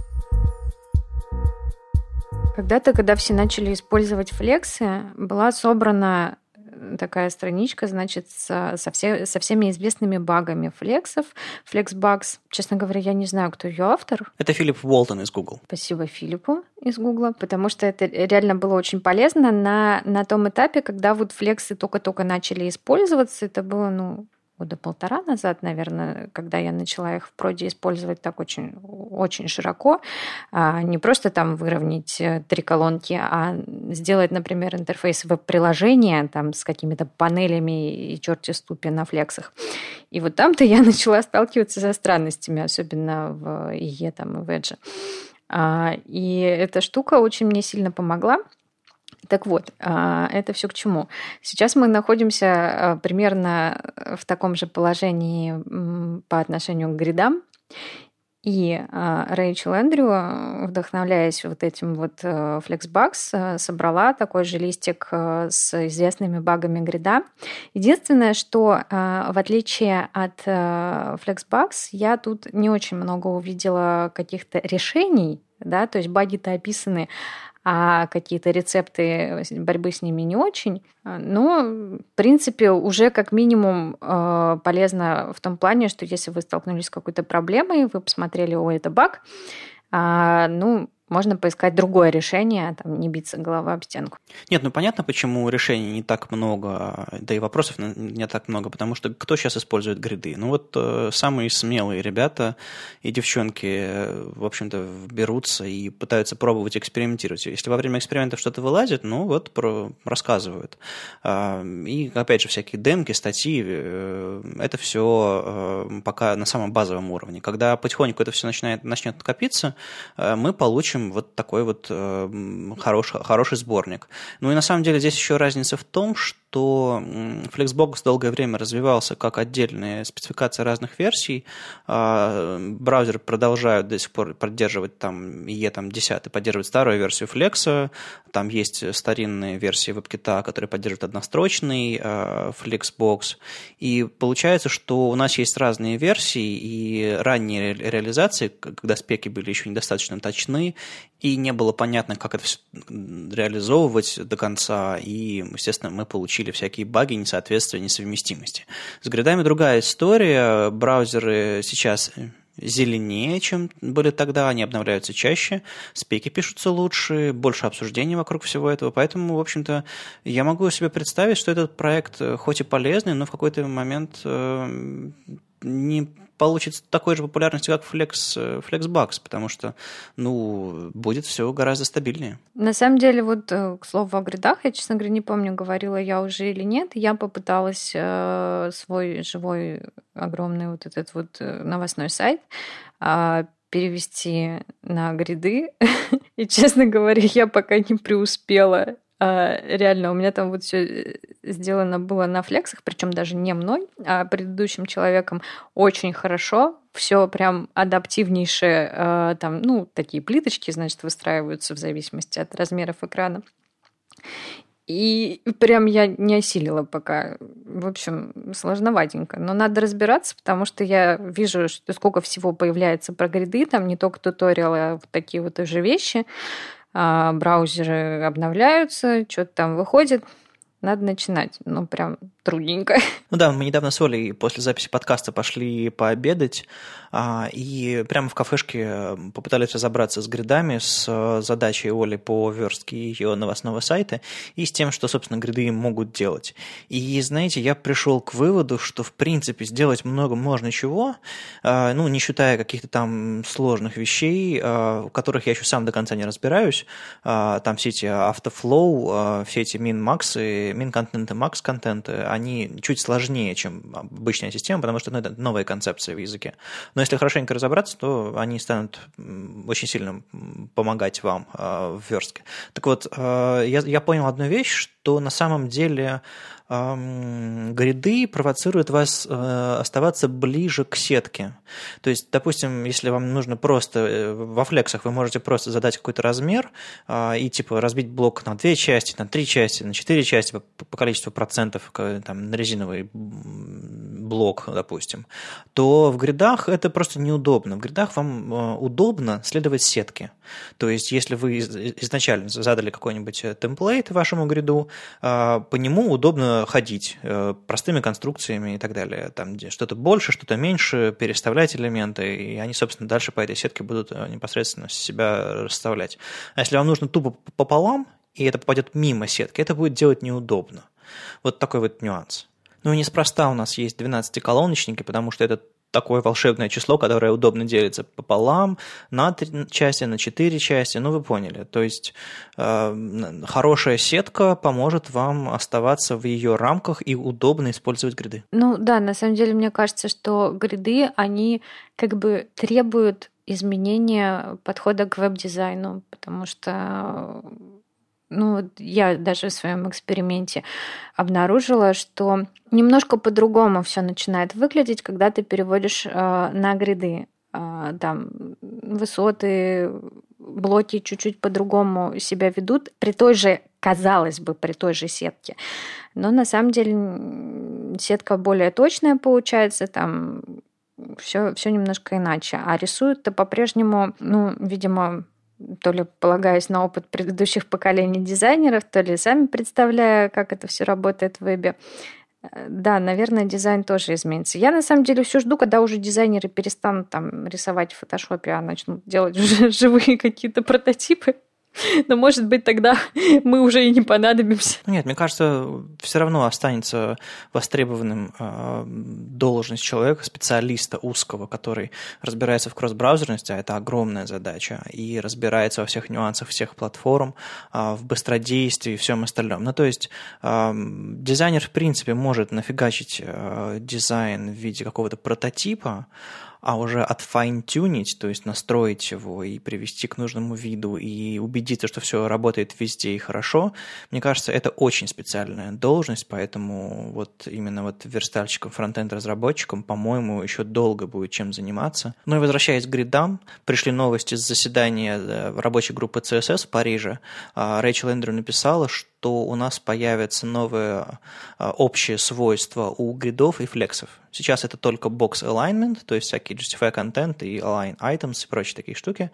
Когда-то, когда все начали использовать флексы, была собрана такая страничка, значит, со, со, все, со всеми известными багами флексов, FlexBugs. Честно говоря, я не знаю, кто ее автор. Это Филипп Уолтон из Google. Спасибо Филиппу из Google, потому что это реально было очень полезно на, на том этапе, когда вот флексы только-только начали использоваться. Это было, ну, года полтора назад, наверное, когда я начала их в проде использовать так очень, очень широко. Не просто там выровнять три колонки, а сделать, например, интерфейс веб-приложения там, с какими-то панелями и черти ступи на флексах. И вот там-то я начала сталкиваться со странностями, особенно в и и там, и в Edge. И эта штука очень мне сильно помогла. Так вот, это все к чему? Сейчас мы находимся примерно в таком же положении по отношению к гридам. И Рэйчел Эндрю, вдохновляясь вот этим вот Flexbox, собрала такой же листик с известными багами грида. Единственное, что в отличие от Flexbox, я тут не очень много увидела каких-то решений, да, то есть баги-то описаны, а какие-то рецепты борьбы с ними не очень. Но, в принципе, уже как минимум полезно в том плане, что если вы столкнулись с какой-то проблемой, вы посмотрели, о, это баг, ну, можно поискать другое решение, там, не биться головой об стенку. Нет, ну понятно, почему решений не так много, да и вопросов не так много, потому что кто сейчас использует гриды? Ну вот э, самые смелые ребята и девчонки, в общем-то, берутся и пытаются пробовать, экспериментировать. Если во время экспериментов что-то вылазит, ну вот про, рассказывают. А, и, опять же, всякие демки, статьи, э, это все э, пока на самом базовом уровне. Когда потихоньку это все начинает, начнет копиться, э, мы получим вот такой вот э, хороший, хороший сборник. Ну и на самом деле здесь еще разница в том, что Flexbox долгое время развивался как отдельная спецификация разных версий. Браузеры продолжают до сих пор поддерживать там и и десять, поддерживать старую версию Flex. Там есть старинные версии WebKit, которые поддерживают однострочный Flexbox. И получается, что у нас есть разные версии, и ранние реализации, когда спеки были еще недостаточно точны, и не было понятно, как это все реализовывать до конца, и, естественно, мы получили всякие баги, несоответствия, несовместимости. С гридами другая история. Браузеры сейчас зеленее, чем были тогда, они обновляются чаще, спеки пишутся лучше, больше обсуждений вокруг всего этого, поэтому, в общем-то, я могу себе представить, что этот проект хоть и полезный, но в какой-то момент не получит такой же популярности, как Flex, Flexbox, потому что, ну, будет все гораздо стабильнее. На самом деле, вот, к слову о гридах, я, честно говоря, не помню, говорила я уже или нет, я попыталась э, свой живой огромный вот этот вот новостной сайт э, перевести на гриды, и, честно говоря, я пока не преуспела. Реально, у меня там вот все сделано было на флексах, причем даже не мной, а предыдущим человеком очень хорошо. Все прям адаптивнейшее, там, ну, такие плиточки, значит, выстраиваются в зависимости от размеров экрана. И прям я не осилила пока. В общем, сложноватенько. Но надо разбираться, потому что я вижу, что сколько всего появляется про гриды, там не только туториалы, а вот такие вот уже вещи. Браузеры обновляются, что-то там выходит. Надо начинать. Ну, прям трудненько. Ну да, мы недавно с Олей после записи подкаста пошли пообедать, и прямо в кафешке попытались разобраться с гридами, с задачей Оли по верстке ее новостного сайта и с тем, что, собственно, гриды могут делать. И, знаете, я пришел к выводу, что, в принципе, сделать много можно чего, ну, не считая каких-то там сложных вещей, в которых я еще сам до конца не разбираюсь. Там все эти автофлоу, все эти min-максы, min-контенты, макс-контенты, они чуть сложнее, чем обычная система, потому что ну, это новая концепция в языке. Но если хорошенько разобраться, то они станут очень сильно помогать вам э, в верстке. Так вот, э, я, я понял одну вещь, что на самом деле э, гриды провоцируют вас э, оставаться ближе к сетке. То есть, допустим, если вам нужно просто, во флексах вы можете просто задать какой-то размер э, и типа разбить блок на две части, на три части, на четыре части по, по количеству процентов, там, на резиновый блок, допустим, то в гридах это просто неудобно. В гридах вам удобно следовать сетке. То есть, если вы изначально задали какой-нибудь темплейт вашему гриду, по нему удобно ходить простыми конструкциями и так далее. Там что-то больше, что-то меньше, переставлять элементы, и они, собственно, дальше по этой сетке будут непосредственно себя расставлять. А если вам нужно тупо пополам, и это попадет мимо сетки, это будет делать неудобно. Вот такой вот нюанс. Ну и неспроста у нас есть двенадцатиколоночники, потому что это такое волшебное число, которое удобно делится пополам, на три части, на четыре части, ну вы поняли. То есть э, хорошая сетка поможет вам оставаться в ее рамках и удобно использовать гриды. Ну да, на самом деле мне кажется, что гриды, они как бы требуют изменения подхода к веб-дизайну, потому что ну, я даже в своем эксперименте обнаружила, что немножко по-другому все начинает выглядеть, когда ты переводишь э, на гриды. Э, там высоты, блоки чуть-чуть по-другому себя ведут при той же, казалось бы, при той же сетке. Но на самом деле сетка более точная получается, там все, все немножко иначе. А рисуют-то по-прежнему, ну, видимо, то ли полагаясь на опыт предыдущих поколений дизайнеров, то ли сами представляя, как это все работает в вебе. Да, наверное, дизайн тоже изменится. Я на самом деле все жду, когда уже дизайнеры перестанут там рисовать в фотошопе, а начнут делать уже живые какие-то прототипы. Но, может быть, тогда мы уже и не понадобимся. Нет, мне кажется, все равно останется востребованным э, должность человека, специалиста узкого, который разбирается в кросс-браузерности, а это огромная задача, и разбирается во всех нюансах всех платформ, э, в быстродействии и всем остальном. Ну, то есть э, дизайнер, в принципе, может нафигачить э, дизайн в виде какого-то прототипа, а уже отфайн-тюнить, то есть настроить его и привести к нужному виду и убедиться, что все работает везде и хорошо, мне кажется, это очень специальная должность, поэтому вот именно вот верстальщикам, фронтенд-разработчикам, по-моему, еще долго будет чем заниматься. Ну и возвращаясь к гридам, пришли новости с заседания рабочей группы си эс эс в Париже. Рэйчел Эндрю написала, что то у нас появятся новые а, общие свойства у гридов и флексов. Сейчас это только box alignment, то есть всякие justify content и align items и прочие такие штуки.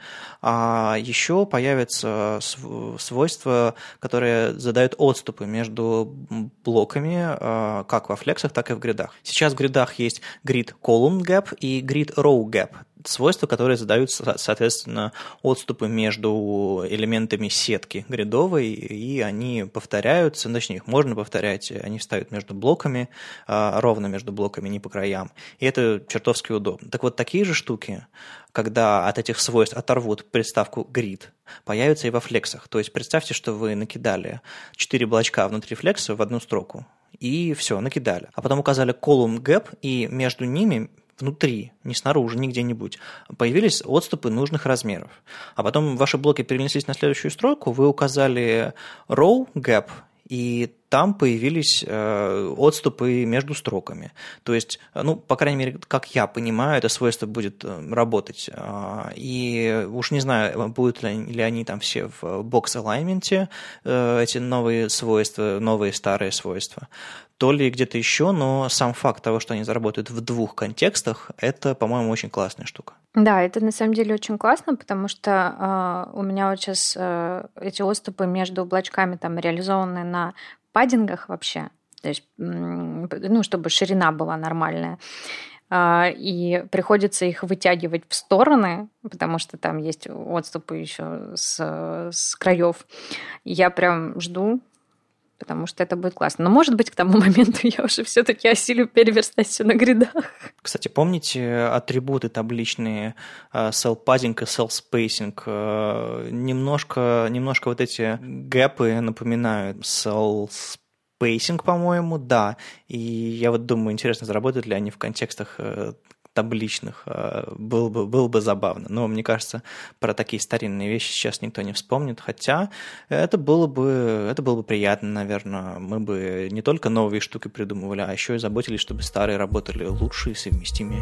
А еще появятся свойства, которые задают отступы между блоками, а, как во флексах, так и в гридах. Сейчас в гридах есть grid column gap и grid row gap. Свойства, которые задают, соответственно, отступы между элементами сетки гридовой, и они повторяются, точнее, их можно повторять, они встают между блоками, ровно между блоками, не по краям, и это чертовски удобно. Так вот, такие же штуки, когда от этих свойств оторвут приставку grid, появятся и во флексах. То есть представьте, что вы накидали четыре блочка внутри флекса в одну строку, и все, накидали. А потом указали column gap, и между ними внутри, не снаружи, не где-нибудь, появились отступы нужных размеров. А потом ваши блоки перенеслись на следующую строку, вы указали row gap, и там появились э, отступы между строками. То есть, ну, по крайней мере, как я понимаю, это свойство будет работать. И уж не знаю, будут ли, ли они там все в бокс-алайнменте, э, эти новые свойства, новые старые свойства, то ли где-то еще, но сам факт того, что они заработают в двух контекстах, это, по-моему, очень классная штука. Да, это на самом деле очень классно, потому что э, у меня вот сейчас э, эти отступы между облачками там реализованы на паддингах вообще, то есть, ну, чтобы ширина была нормальная. Э, и приходится их вытягивать в стороны, потому что там есть отступы еще с, с краев. Я прям жду, потому что это будет классно. Но, может быть, к тому моменту я уже все-таки осилю переверстать все на гридах. Кстати, помните атрибуты табличные cell padding и cell spacing? Немножко, немножко вот эти гэпы напоминают cell spacing, по-моему, да. И я вот думаю, интересно, заработают ли они в контекстах табличных, было бы, было бы забавно. Но мне кажется, про такие старинные вещи сейчас никто не вспомнит, хотя это было бы, это было бы приятно, наверное. Мы бы не только новые штуки придумывали, а еще и заботились, чтобы старые работали лучше и совместимее.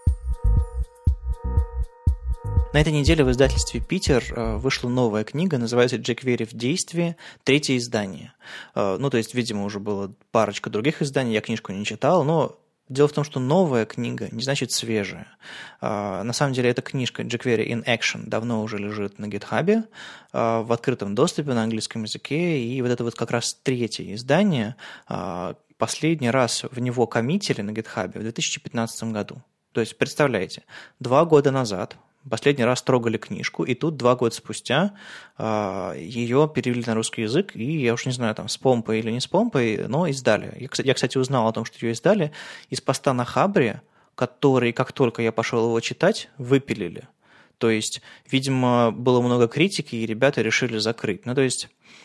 На этой неделе в издательстве «Питер» вышла новая книга, называется «jQuery в действии», третье издание. Ну, то есть, видимо, уже было парочка других изданий, я книжку не читал, но дело в том, что новая книга не значит свежая. На самом деле, эта книжка jQuery in Action давно уже лежит на GitHub в открытом доступе на английском языке, и вот это вот как раз третье издание, последний раз в него коммитили на GitHub в две тысячи пятнадцатом году. То есть, представляете, два года назад последний раз трогали книжку, и тут два года спустя э, ее перевели на русский язык, и я уж не знаю, там, с помпой или не с помпой, но издали. Я, я, кстати, узнал о том, что ее издали из поста на Хабре, который, как только я пошел его читать, выпилили. То есть, видимо, было много критики, и ребята решили закрыть. Ну, то есть,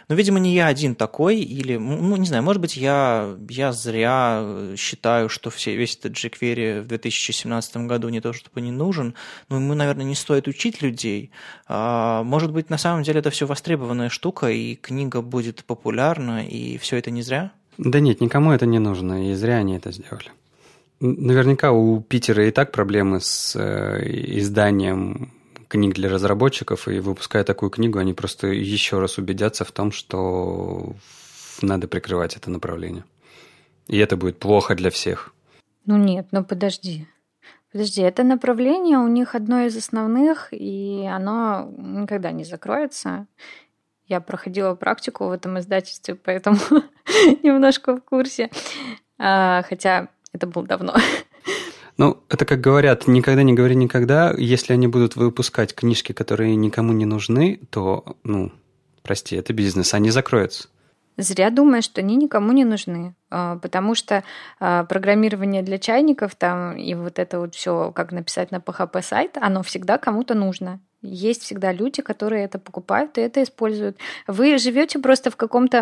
Но, видимо, не я один такой, или, ну, не знаю, может быть, я, я зря считаю, что все, весь этот jQuery в две тысячи семнадцатом году не то чтобы не нужен, но ему, наверное, не стоит учить людей. Может быть, на самом деле это все востребованная штука, и книга будет популярна, и все это не зря? Да нет, никому это не нужно, и зря они это сделали. Наверняка у Питера и так проблемы с изданием книг для разработчиков, и выпуская такую книгу, они просто еще раз убедятся в том, что надо прикрывать это направление. И это будет плохо для всех. Ну нет, ну подожди. Подожди, это направление у них одно из основных, и оно никогда не закроется. Я проходила практику в этом издательстве, поэтому немножко в курсе. Хотя это было давно. Ну, это как говорят, никогда не говори никогда. Если они будут выпускать книжки, которые никому не нужны, то, ну, прости, это бизнес, они закроются. Зря думаешь, что они никому не нужны, потому что программирование для чайников там и вот это вот все, как написать на пи эйч пи сайт, оно всегда кому-то нужно. Есть всегда люди, которые это покупают и это используют. Вы живете просто в каком-то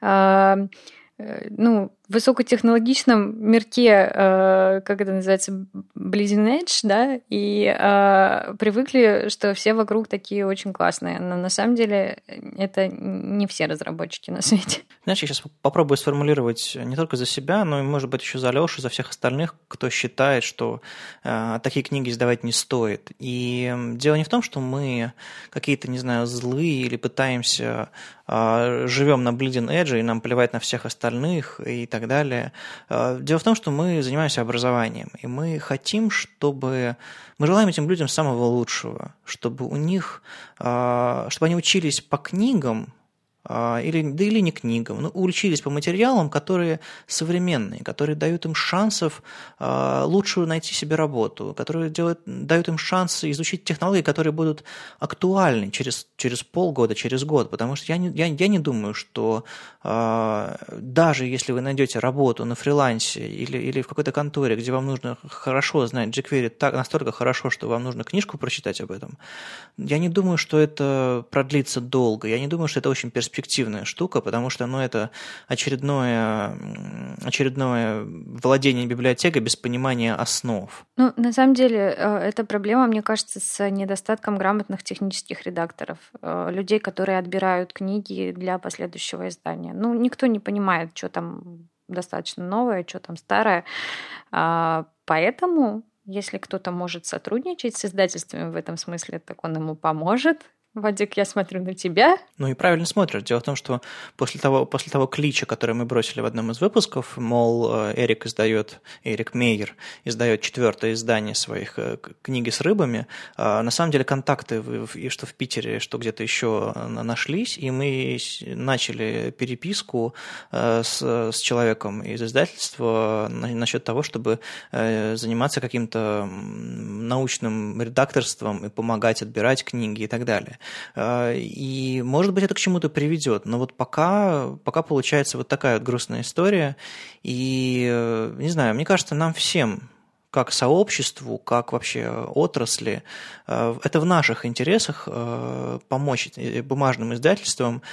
ну, высокотехнологичном мирке, э, как это называется, bleeding edge, да, и э, привыкли, что все вокруг такие очень классные. Но на самом деле это не все разработчики на свете. Знаешь, я сейчас попробую сформулировать не только за себя, но и, может быть, еще за Лешу, за всех остальных, кто считает, что э, такие книги издавать не стоит. И дело не в том, что мы какие-то, не знаю, злые или пытаемся э, живем на bleeding edge, и нам плевать на всех остальных и так далее. Дело в том, что мы занимаемся образованием, и мы хотим, чтобы... Мы желаем этим людям самого лучшего, чтобы у них... чтобы они учились по книгам, или, да или не книгам, но учились по материалам, которые современные, которые дают им шансов э, лучше найти себе работу, которые делают, дают им шанс изучить технологии, которые будут актуальны через, через полгода, через год, потому что я не, я, я не думаю, что э, даже если вы найдете работу на фрилансе или, или в какой-то конторе, где вам нужно хорошо знать jQuery так, настолько хорошо, что вам нужно книжку прочитать об этом, я не думаю, что это продлится долго, я не думаю, что это очень перспективно перспективная штука, потому что ну, это очередное, очередное владение библиотекой без понимания основ. Ну, на самом деле, эта проблема, мне кажется, с недостатком грамотных технических редакторов, людей, которые отбирают книги для последующего издания. Ну, никто не понимает, что там достаточно новое, что там старое. Поэтому, если кто-то может сотрудничать с издательствами в этом смысле, так он ему поможет. Вадик, я смотрю на тебя. Ну и правильно смотришь. Дело в том, что после того, после того клича, который мы бросили в одном из выпусков, мол, Эрик издает, Эрик Мейер издает четвертое издание своих книги с рыбами, на самом деле контакты, и что в Питере, что где-то еще нашлись, и мы начали переписку с, с человеком из издательства насчет того, чтобы заниматься каким-то научным редакторством и помогать отбирать книги и так далее. И, может быть, это к чему-то приведет. Но вот пока, пока получается вот такая вот грустная история. И, не знаю, мне кажется, нам всем, как сообществу, как вообще отрасли, это в наших интересах помочь бумажным издательствам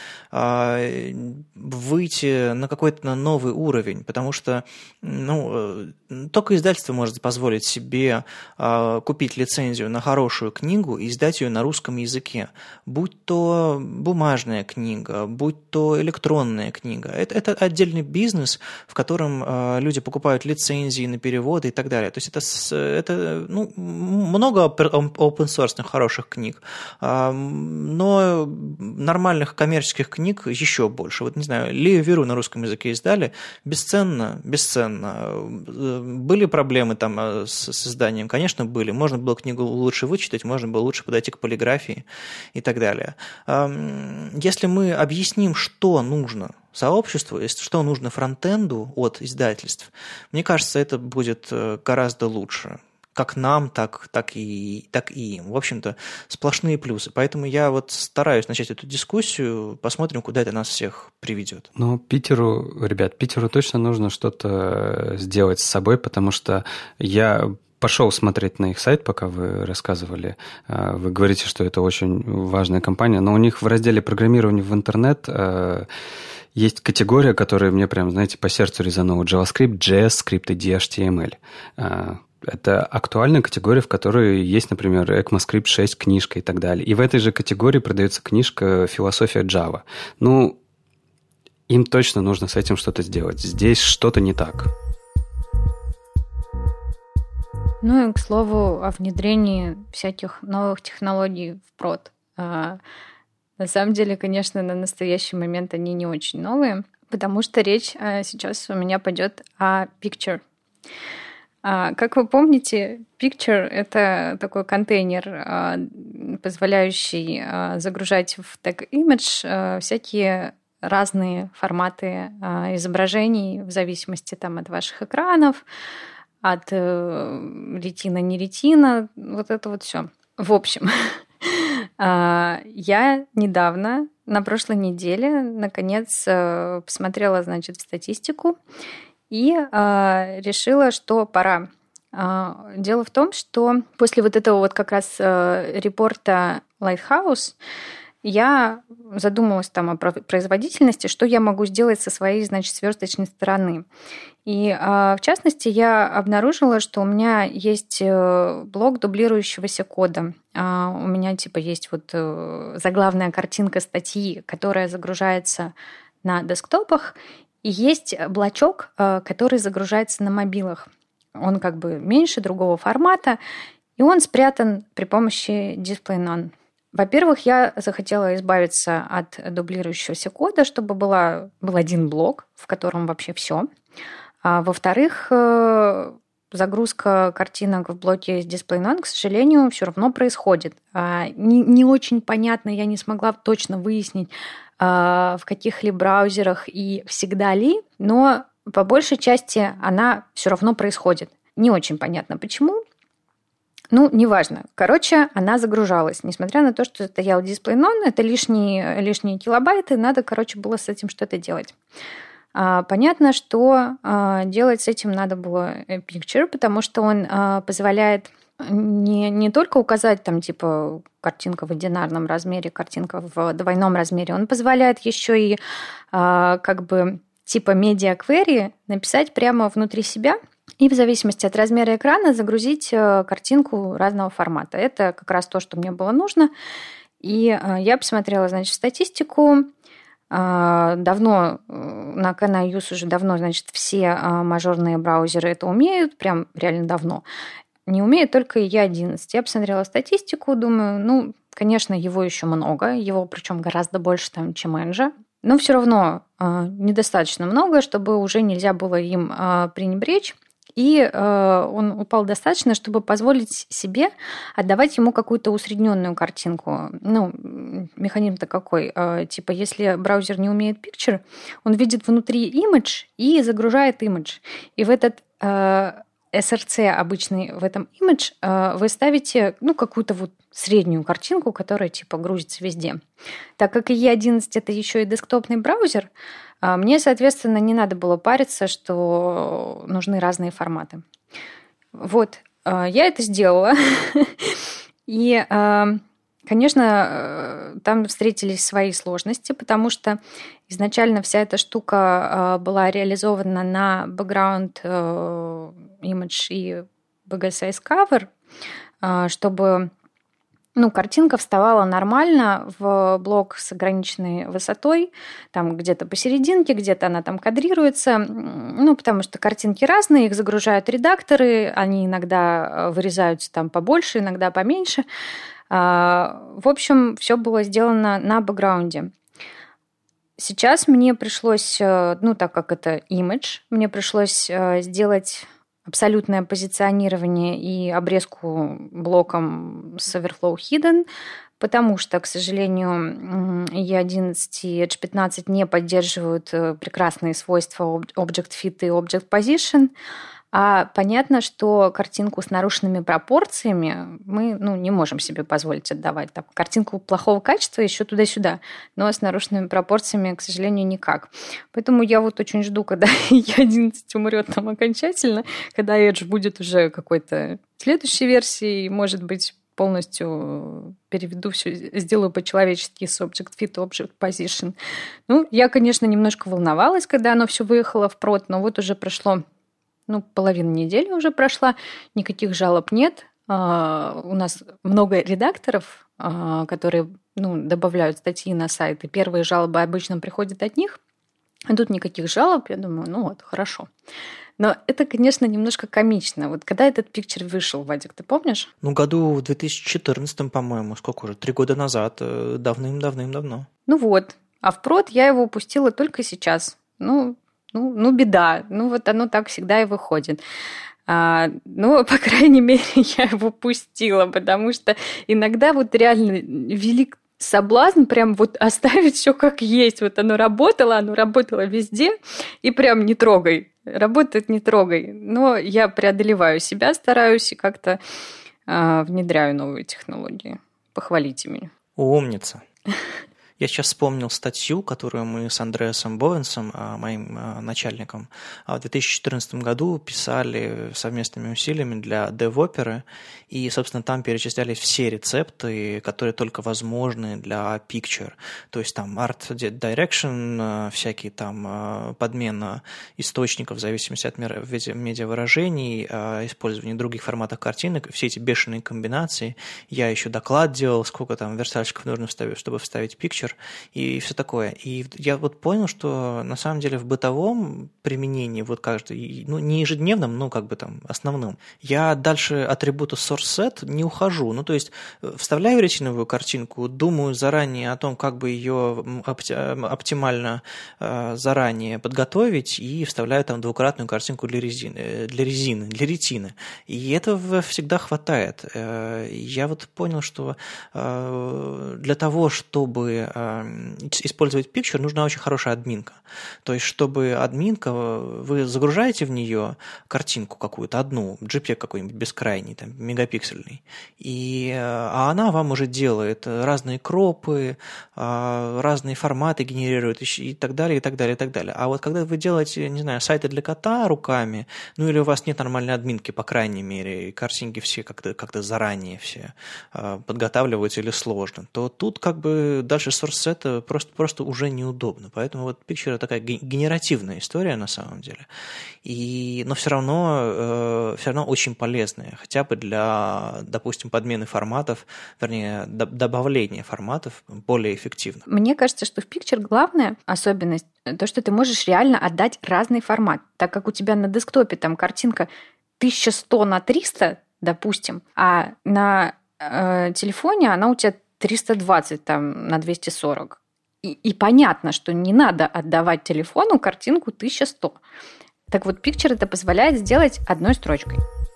выйти на какой-то новый уровень, потому что ну, только издательство может позволить себе купить лицензию на хорошую книгу и издать ее на русском языке, будь то бумажная книга, будь то электронная книга. Это, это отдельный бизнес, в котором люди покупают лицензии на переводы и так далее. То есть это, это ну, много open-source хороших книг, но нормальных коммерческих книг еще больше. Вот, не знаю, Лию Веру на русском языке издали, бесценно, бесценно. Были проблемы там с, с изданием? Конечно, были. Можно было книгу лучше вычитать, можно было лучше подойти к полиграфии и так далее. Если мы объясним, что нужно сообществу, что нужно фронтенду от издательств, мне кажется, это будет гораздо лучше. Как нам, так, так, и, так и им. В общем-то, сплошные плюсы. Поэтому я вот стараюсь начать эту дискуссию, посмотрим, куда это нас всех приведет. Ну, Питеру, ребят, Питеру точно нужно что-то сделать с собой, потому что я пошел смотреть на их сайт, пока вы рассказывали. Вы говорите, что это очень важная компания, но у них в разделе программирования в интернет есть категория, которая мне прям, знаете, по сердцу резанула. JavaScript, джей эс, скрипты, ди эйч ти эм эль. Это актуальная категория, в которой есть, например, ECMAScript шесть, книжка и так далее. И в этой же категории продается книжка «Философия Java». Ну, им точно нужно с этим что-то сделать. Здесь что-то не так. Ну и, к слову, о внедрении всяких новых технологий в прод. А, на самом деле, конечно, на настоящий момент они не очень новые, потому что речь а, сейчас у меня пойдет о Picture. А, как вы помните, Picture — это такой контейнер, а, позволяющий а, загружать в Tag Image а, всякие разные форматы а, изображений в зависимости там, от ваших экранов, от э, ретина, не ретина, вот это вот все. В общем, я недавно, на прошлой неделе, наконец посмотрела, значит, в статистику и решила, что пора. Дело в том, что после вот этого вот как раз репорта Lighthouse я задумалась там о производительности, что я могу сделать со своей, значит, сверсточной стороны. И, в частности, я обнаружила, что у меня есть блок дублирующегося кода. У меня, типа, есть вот заглавная картинка статьи, которая загружается на десктопах, и есть блочок, который загружается на мобилах. Он как бы меньше, другого формата, и он спрятан при помощи DisplayNone. Во-первых, я захотела избавиться от дублирующегося кода, чтобы была, был один блок, в котором вообще все. А во-вторых, загрузка картинок в блоке с DisplayNone, к сожалению, все равно происходит. Не, не очень понятно, я не смогла точно выяснить, в каких ли браузерах и всегда ли, но по большей части она все равно происходит. Не очень понятно, почему. Ну, неважно. Короче, она загружалась. Несмотря на то, что стоял DisplayNone, это лишние, лишние килобайты, надо, короче, было с этим что-то делать. А, понятно, что а, делать с этим надо было Picture, потому что он а, позволяет не, не только указать там, типа, картинка в одинарном размере, картинка в двойном размере, он позволяет еще и а, как бы типа media query написать прямо внутри себя, и в зависимости от размера экрана загрузить картинку разного формата. Это как раз то, что мне было нужно. И я посмотрела, значит, статистику. Давно, на CanIUse уже давно, значит, все мажорные браузеры это умеют, прям реально давно. Не умеет только и и одиннадцать. Я посмотрела статистику, думаю, ну, конечно, его еще много, его причем гораздо больше, там, чем Edge. Но все равно недостаточно много, чтобы уже нельзя было им пренебречь. И э, он упал достаточно, чтобы позволить себе отдавать ему какую-то усредненную картинку. Ну, механизм-то какой? Э, типа, если браузер не умеет Picture, он видит внутри image и загружает image. И в этот э, эс эр си обычный, в этом image э, вы ставите ну, какую-то вот среднюю картинку, которая типа грузится везде. Так как и и одиннадцать это еще и десктопный браузер, мне, соответственно, не надо было париться, что нужны разные форматы. Вот, я это сделала. И, конечно, там встретились свои сложности, потому что изначально вся эта штука была реализована на background image и би джи Size Cover, чтобы ну, картинка вставала нормально в блок с ограниченной высотой, там где-то посерединке, где-то она там кадрируется, ну, потому что картинки разные, их загружают редакторы, они иногда вырезаются там побольше, иногда поменьше. В общем, все было сделано на бэкграунде. Сейчас мне пришлось, ну, так как это image, мне пришлось сделать абсолютное позиционирование и обрезку блоком с Overflow Hidden, потому что, к сожалению, и и одиннадцать и Edge пятнадцать не поддерживают прекрасные свойства Object Fit и Object Position, А понятно, что картинку с нарушенными пропорциями мы ну, не можем себе позволить отдавать. Там, картинку плохого качества еще туда-сюда, но с нарушенными пропорциями, к сожалению, никак. Поэтому я вот очень жду, когда и одиннадцать умрет там окончательно, когда Edge будет уже какой-то следующей версией, может быть, полностью переведу все, сделаю по-человечески с Object Fit, Object Position. Ну, я, конечно, немножко волновалась, когда оно все выехало в прод, но вот уже прошло, ну, половина недели уже прошла, никаких жалоб нет. Uh, у нас много редакторов, uh, которые ну, добавляют статьи на сайт, и первые жалобы обычно приходят от них, а тут никаких жалоб, я думаю, ну вот, хорошо. Но это, конечно, немножко комично. Вот когда этот пикчер вышел, Вадик, ты помнишь? Ну, году в две тысячи четырнадцатом, по-моему, сколько уже, три года назад, давным-давным-давно. Ну вот, а в прод я его упустила только сейчас. Ну, ну, ну беда, ну вот оно так всегда и выходит. А, ну, по крайней мере, я его пустила, потому что иногда вот реально велик соблазн прям вот оставить все как есть. Вот оно работало, оно работало везде, и прям не трогай. Работает, не трогай. Но я преодолеваю себя, стараюсь и как-то э, внедряю новые технологии. Похвалите меня. Умница. Я сейчас вспомнил статью, которую мы с Андреасом Бовенсом, моим начальником, в две тысячи четырнадцатом году писали совместными усилиями для DevOpera, и, собственно, там перечислялись все рецепты, которые только возможны для Picture. То есть там Art Direction, всякие там подмена источников в зависимости от медиавыражений, использование других форматов картинок, все эти бешеные комбинации. Я еще доклад делал, сколько там верстальщиков нужно вставить, чтобы вставить Picture, и все такое. И я вот понял, что на самом деле в бытовом применении, вот каждый, ну, не ежедневном, но как бы там основном, я дальше атрибута source-set не ухожу. Ну, то есть вставляю ретиновую картинку, думаю заранее о том, как бы ее оптимально заранее подготовить, и вставляю там двукратную картинку для резины, для резины, для ретины. И этого всегда хватает. Я вот понял, что для того, чтобы использовать Picture, нужна очень хорошая админка. То есть, чтобы админка, вы загружаете в нее картинку какую-то, одну, JPEG какой-нибудь бескрайний, там, мегапиксельный, и, а она вам уже делает разные кропы, разные форматы генерирует и так далее, и так далее, и так далее. А вот когда вы делаете, не знаю, сайты для кота руками, ну или у вас нет нормальной админки, по крайней мере, и картинки все как-то, как-то заранее все подготавливаются или сложно, то тут как бы дальше source-set просто, просто уже неудобно. Поэтому вот Picture такая генеративная история на самом деле. И, но все равно, э, все равно очень полезная, хотя бы для, допустим, подмены форматов, вернее, до, добавления форматов более эффективно. Мне кажется, что в Picture главная особенность то, что ты можешь реально отдать разный формат. Так как у тебя на десктопе там картинка тысяча сто на триста, допустим, а на э, телефоне она у тебя триста двадцать там, на двести сорок. И, и понятно, что не надо отдавать телефону картинку тысяча сто. Так вот, Picture это позволяет сделать одной строчкой.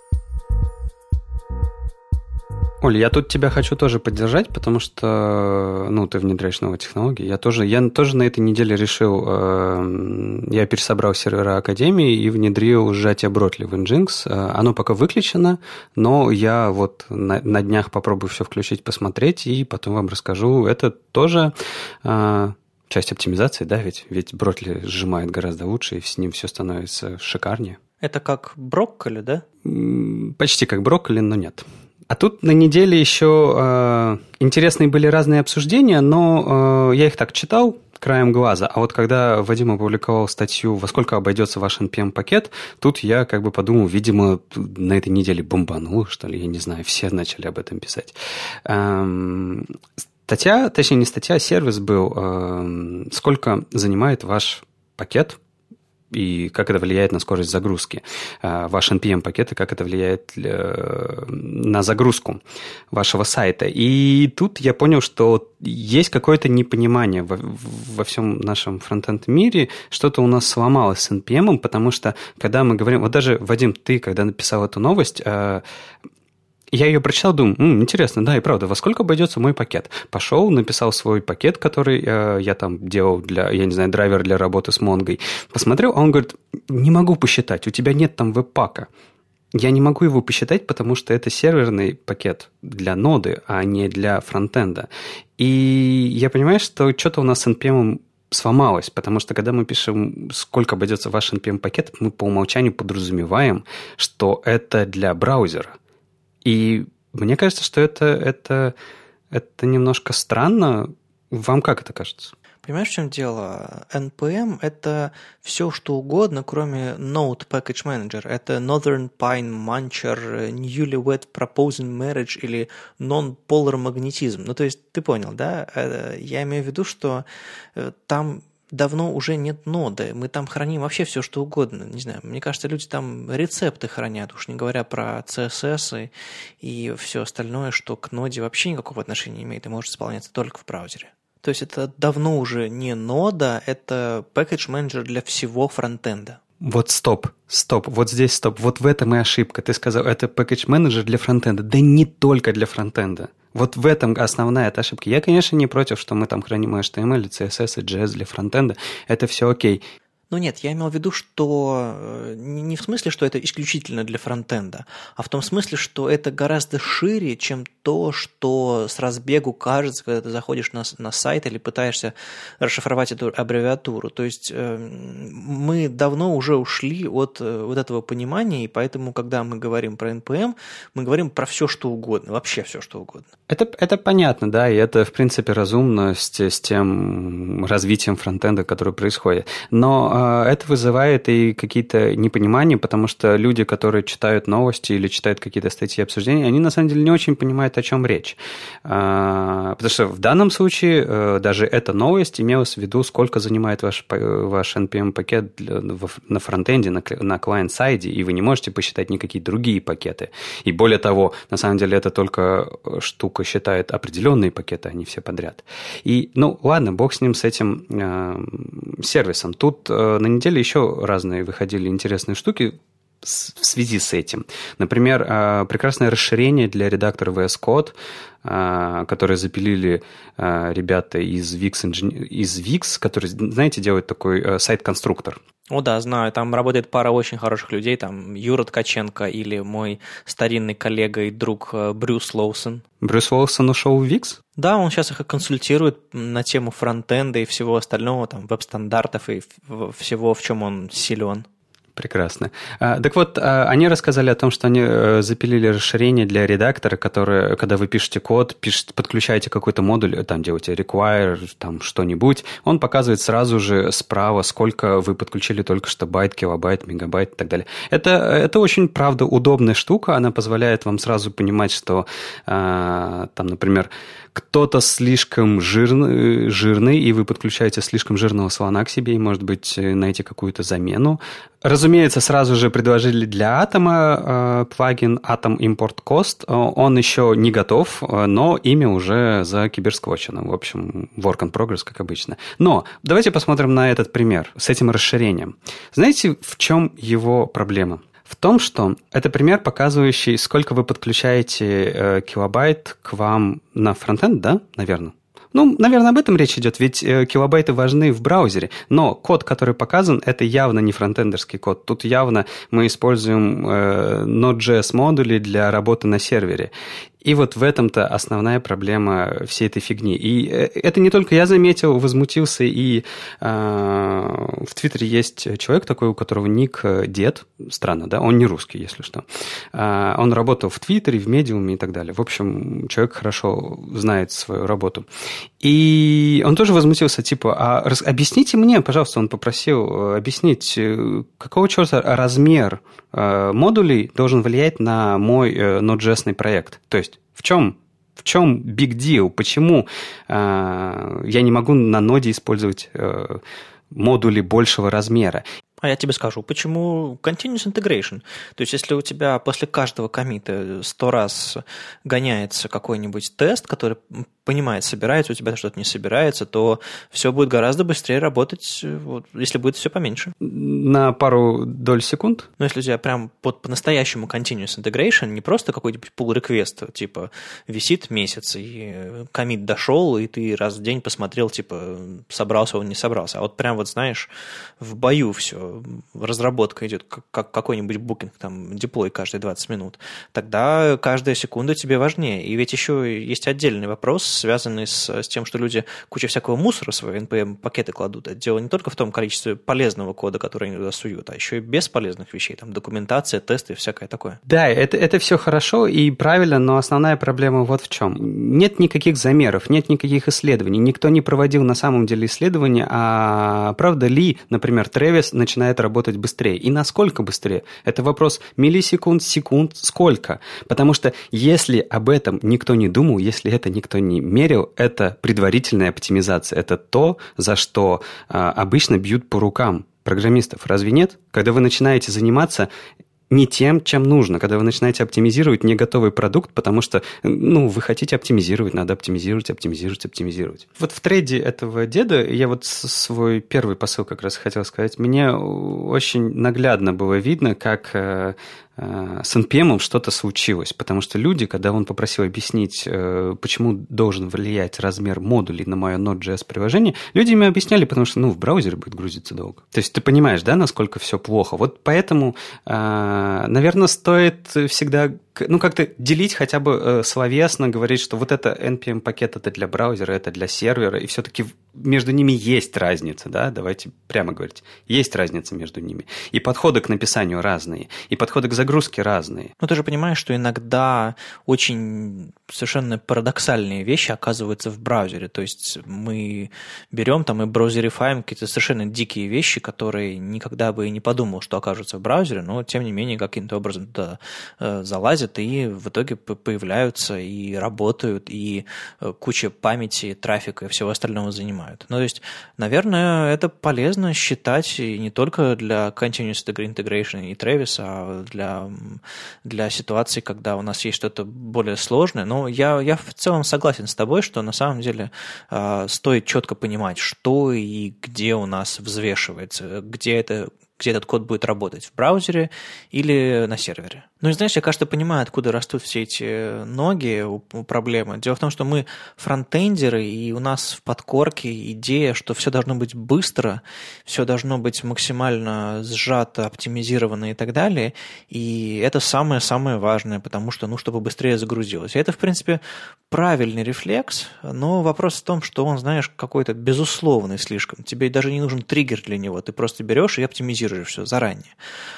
Оля, я тут тебя хочу тоже поддержать, потому что, ну, ты внедряешь новые технологии. Я тоже, я тоже на этой неделе решил, э, я пересобрал сервера Академии и внедрил сжатие Бротли в Nginx. Оно пока выключено, но я вот на, на днях попробую все включить, посмотреть, и потом вам расскажу. Это тоже э, часть оптимизации, да, ведь, ведь Бротли сжимает гораздо лучше, и с ним все становится шикарнее. Это как брокколи, да? Почти как брокколи, но нет. А тут на неделе еще э, интересные были разные обсуждения, но э, я их так читал краем глаза. А вот когда Вадим опубликовал статью «Во сколько обойдется ваш эн пи эм-пакет», тут я как бы подумал, видимо, на этой неделе бомбануло, что ли, я не знаю, все начали об этом писать. Эм, статья, точнее не статья, а сервис был, э, сколько занимает ваш пакет, и как это влияет на скорость загрузки. Ваш эн пи эм-пакет, и как это влияет на загрузку вашего сайта. И тут я понял, что есть какое-то непонимание во, во всем нашем фронтенд-мире. Что-то у нас сломалось с эн пи эм, потому что, когда мы говорим... Вот даже, Вадим, ты, когда написал эту новость... Я ее прочитал, думаю, М, интересно, да, и правда, во сколько обойдется мой пакет? Пошел, написал свой пакет, который э, я там делал для, я не знаю, драйвер для работы с Монгой. Посмотрел, а он говорит, не могу посчитать, у тебя нет там веб-пака. Я не могу его посчитать, потому что это серверный пакет для ноды, а не для фронтенда. И я понимаю, что что-то у нас с эн пи эм сломалось, потому что когда мы пишем, сколько обойдется ваш эн пи эм-пакет, мы по умолчанию подразумеваем, что это для браузера. И мне кажется, что это, это, это немножко странно. Вам как это кажется? Понимаешь, в чем дело? эн пи эм – это все, что угодно, кроме Node Package Manager. Это Northern Pine Muncher, Newlywed Proposing Marriage или Non-Polar Magnetism. Ну, то есть, ты понял, да? Я имею в виду, что там давно уже нет ноды, мы там храним вообще все, что угодно, не знаю, мне кажется, люди там рецепты хранят, уж не говоря про си эс эс и, и все остальное, что к ноде вообще никакого отношения не имеет и может исполняться только в браузере. То есть это давно уже не нода, это package manager для всего фронтенда. Вот стоп, стоп, вот здесь стоп, вот в этом и ошибка. Ты сказал, это package manager для фронтенда, да не только для фронтенда. Вот в этом основная эта ошибка. Я, конечно, не против, что мы там храним эйч ти эм эль, си эс эс и джей эс для фронтенда. Это все окей. Ну нет, я имел в виду, что не в смысле, что это исключительно для фронтенда, а в том смысле, что это гораздо шире, чем то, что с разбегу кажется, когда ты заходишь на, на сайт или пытаешься расшифровать эту аббревиатуру. То есть мы давно уже ушли от вот этого понимания, и поэтому, когда мы говорим про эн пи эм, мы говорим про все, что угодно, вообще все, что угодно. Это, это понятно, да, и это, в принципе, разумно с, с тем развитием фронтенда, которое происходит. Но это вызывает и какие-то непонимания, потому что люди, которые читают новости или читают какие-то статьи обсуждения, они на самом деле не очень понимают, о чем речь. Потому что в данном случае даже эта новость имелась в виду, сколько занимает ваш, ваш эн пи эм-пакет на фронтенде, на, на клиент-сайде, и вы не можете посчитать никакие другие пакеты. И более того, на самом деле это только штука считает определенные пакеты, а не все подряд. И, ну, ладно, бог с ним, с этим э, сервисом. Тут на неделе еще разные выходили интересные штуки в связи с этим. Например, прекрасное расширение для редактора ви эс Code, которое запилили ребята из Wix, из Wix, которые, знаете, делают такой сайт-конструктор. О да, знаю, там работает пара очень хороших людей, там Юра Ткаченко или мой старинный коллега и друг Брюс Лоусон. Брюс Лоусон ушел в Wix? Да, он сейчас их консультирует на тему фронтенда и всего остального, там, веб-стандартов и всего, в чем он силен. Прекрасно. Так вот, они рассказали о том, что они запилили расширение для редактора, которое, когда вы пишете код, пишете, подключаете какой-то модуль, там делаете require, там что-нибудь, он показывает сразу же справа, сколько вы подключили только что байт, килобайт, мегабайт и так далее. Это, это очень, правда, удобная штука, она позволяет вам сразу понимать, что там, например, кто-то слишком жирный, жирный, и вы подключаете слишком жирного слона к себе, и, может быть, найти какую-то замену. Разумеется, сразу же предложили для Atom э, плагин Atom Import Cost. Он еще не готов, но имя уже закиберсквочено. В общем, work in progress, как обычно. Но давайте посмотрим на этот пример с этим расширением. Знаете, в чем его проблема? В том, что это пример, показывающий, сколько вы подключаете э, килобайт к вам на фронтенд, да, наверное? Ну, наверное, об этом речь идет, ведь э, килобайты важны в браузере, но код, который показан, это явно не фронтендерский код. Тут явно мы используем э, Node.js модули для работы на сервере. И вот в этом-то основная проблема всей этой фигни. И это не только я заметил, возмутился, и э, в Твиттере есть человек такой, у которого ник Дед, странно, да, он не русский, если что. Э, он работал в Твиттере, в Медиуме и так далее. В общем, человек хорошо знает свою работу. И он тоже возмутился, типа, а рас... объясните мне, пожалуйста, он попросил объяснить, какого черта размер э, модулей должен влиять на мой э, Node.js проект. То есть в чем, в чем big deal? Почему э, я не могу на ноде использовать э, модули большего размера? А я тебе скажу, почему continuous integration. То есть, если у тебя после каждого коммита сто раз гоняется какой-нибудь тест, который понимает, собирается у тебя что-то, не собирается, то все будет гораздо быстрее работать, вот, если будет все поменьше. На пару доль секунд? Но если у тебя прям под по-настоящему continuous integration, не просто какой-нибудь pull request, типа висит месяц, и коммит дошел, и ты раз в день посмотрел, типа собрался он, не собрался. А вот прям вот, знаешь, в бою все, разработка идет, как какой-нибудь букинг, там, деплой каждые двадцать минут, тогда каждая секунда тебе важнее. И ведь еще есть отдельный вопрос, связанный с, с тем, что люди кучу всякого мусора в свои эн пи эм-пакеты кладут. Это дело не только в том количестве полезного кода, который они туда суют, а еще и бесполезных вещей, там, документация, тесты и всякое такое. Да, это, это все хорошо и правильно, но основная проблема вот в чем. Нет никаких замеров, нет никаких исследований, никто не проводил на самом деле исследования, а правда ли, например, Travis начинает работать быстрее. И насколько быстрее? Это вопрос миллисекунд, секунд, сколько? Потому что если об этом никто не думал, если это никто не мерил, это предварительная оптимизация. Это то, за что а, обычно бьют по рукам программистов. Разве нет? Когда вы начинаете заниматься не тем, чем нужно, когда вы начинаете оптимизировать не готовый продукт, потому что, ну, вы хотите оптимизировать, надо оптимизировать, оптимизировать, оптимизировать. Вот в трейде этого деда я вот свой первый посыл как раз хотел сказать. Мне очень наглядно было видно, как э, э, с эн пи эм что-то случилось, потому что люди, когда он попросил объяснить, э, почему должен влиять размер модулей на мое Node.js приложение, люди им объясняли, потому что, ну, в браузере будет грузиться долго. То есть ты понимаешь, да, насколько все плохо. Вот поэтому э, наверное, стоит всегда, ну, как-то делить хотя бы э, словесно, говорить, что вот это эн пи эм-пакет, это для браузера, это для сервера, и все-таки между ними есть разница, да, давайте прямо говорить, есть разница между ними. И подходы к написанию разные, и подходы к загрузке разные. Ну, ты же понимаешь, что иногда очень совершенно парадоксальные вещи оказываются в браузере, то есть мы берем там и браузерифаем какие-то совершенно дикие вещи, которые никогда бы и не подумал, что окажутся в браузере, но, тем не менее, каким-то образом туда э, залазят, и в итоге появляются и работают, и куча памяти, трафика и всего остального занимают. Ну, то есть, наверное, это полезно считать и не только для Continuous Integration и Travis, а для, для ситуации, когда у нас есть что-то более сложное. Но я, я в целом согласен с тобой, что на самом деле э, стоит четко понимать, что и где у нас взвешивается, где это где этот код будет работать, в браузере или на сервере. Ну и знаешь, я, кажется, понимаю, откуда растут все эти ноги у, у проблемы. Дело в том, что мы фронтендеры, и у нас в подкорке идея, что все должно быть быстро, все должно быть максимально сжато, оптимизировано и так далее, и это самое-самое важное, потому что, ну, чтобы быстрее загрузилось. И это, в принципе, правильный рефлекс, но вопрос в том, что он, знаешь, какой-то безусловный слишком. Тебе даже не нужен триггер для него, ты просто берешь и оптимизируешь все заранее.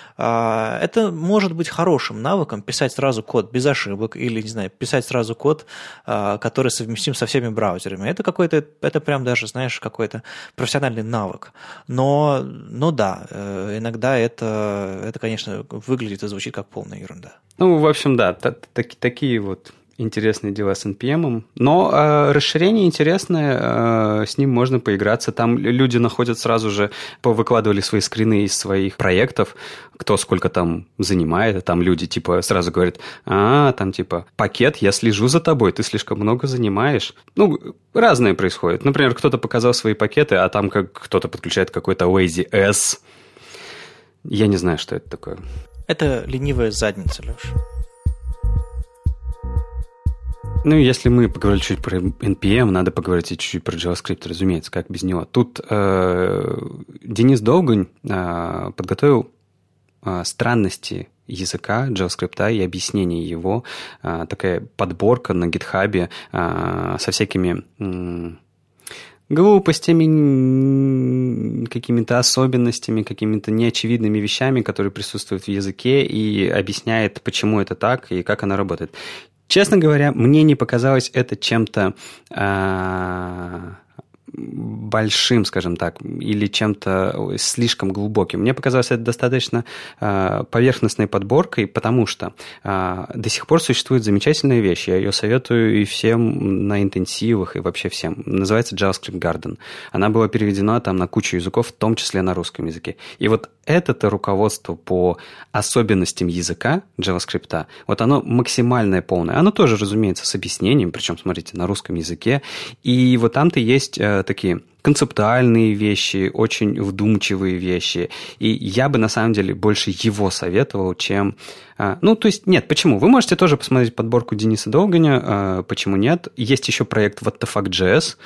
Это может быть хорошим навыком писать сразу код без ошибок или, не знаю, писать сразу код, который совместим со всеми браузерами. Это какой-то, это прям даже, знаешь, какой-то профессиональный навык. Но, но да, иногда это, это, конечно, выглядит и звучит как полная ерунда. Ну, в общем, да, такие вот интересные дела с эн пи эм. Но э, расширение интересное, э, с ним можно поиграться. Там люди находят сразу же, выкладывали свои скрины из своих проектов, кто сколько там занимает. Там люди типа сразу говорят, а, там типа, пакет, я слежу за тобой, ты слишком много занимаешь. Ну, разное происходит. Например, кто-то показал свои пакеты, а там как кто-то подключает какой-то Lazy S. Я не знаю, что это такое. Это ленивая задница, Леша. Ну, если мы поговорили чуть про эн пи эм, надо поговорить и чуть-чуть про JavaScript, разумеется, как без него. Тут э, Денис Долгань э, подготовил э, странности языка JavaScript и объяснение его. Э, такая подборка на GitHub э, со всякими э, глупостями, какими-то особенностями, какими-то неочевидными вещами, которые присутствуют в языке, и объясняет, почему это так и как оно работает. Честно говоря, мне не показалось это чем-то э, большим, скажем так, или чем-то слишком глубоким. Мне показалось это достаточно э, поверхностной подборкой, потому что э, до сих пор существует замечательная вещь. Я ее советую и всем на интенсивах, и вообще всем. Называется JavaScript Garden. Она была переведена там на кучу языков, в том числе на русском языке. И вот это-то руководство по особенностям языка JavaScript, вот оно максимальное, полное. Оно тоже, разумеется, с объяснением, причем, смотрите, на русском языке. И вот там-то есть э, такие концептуальные вещи, очень вдумчивые вещи. И я бы, на самом деле, больше его советовал, чем... Э, ну, то есть, нет, почему? Вы можете тоже посмотреть подборку Дениса Долганя, э, почему нет. Есть еще проект what the fuck джей эс.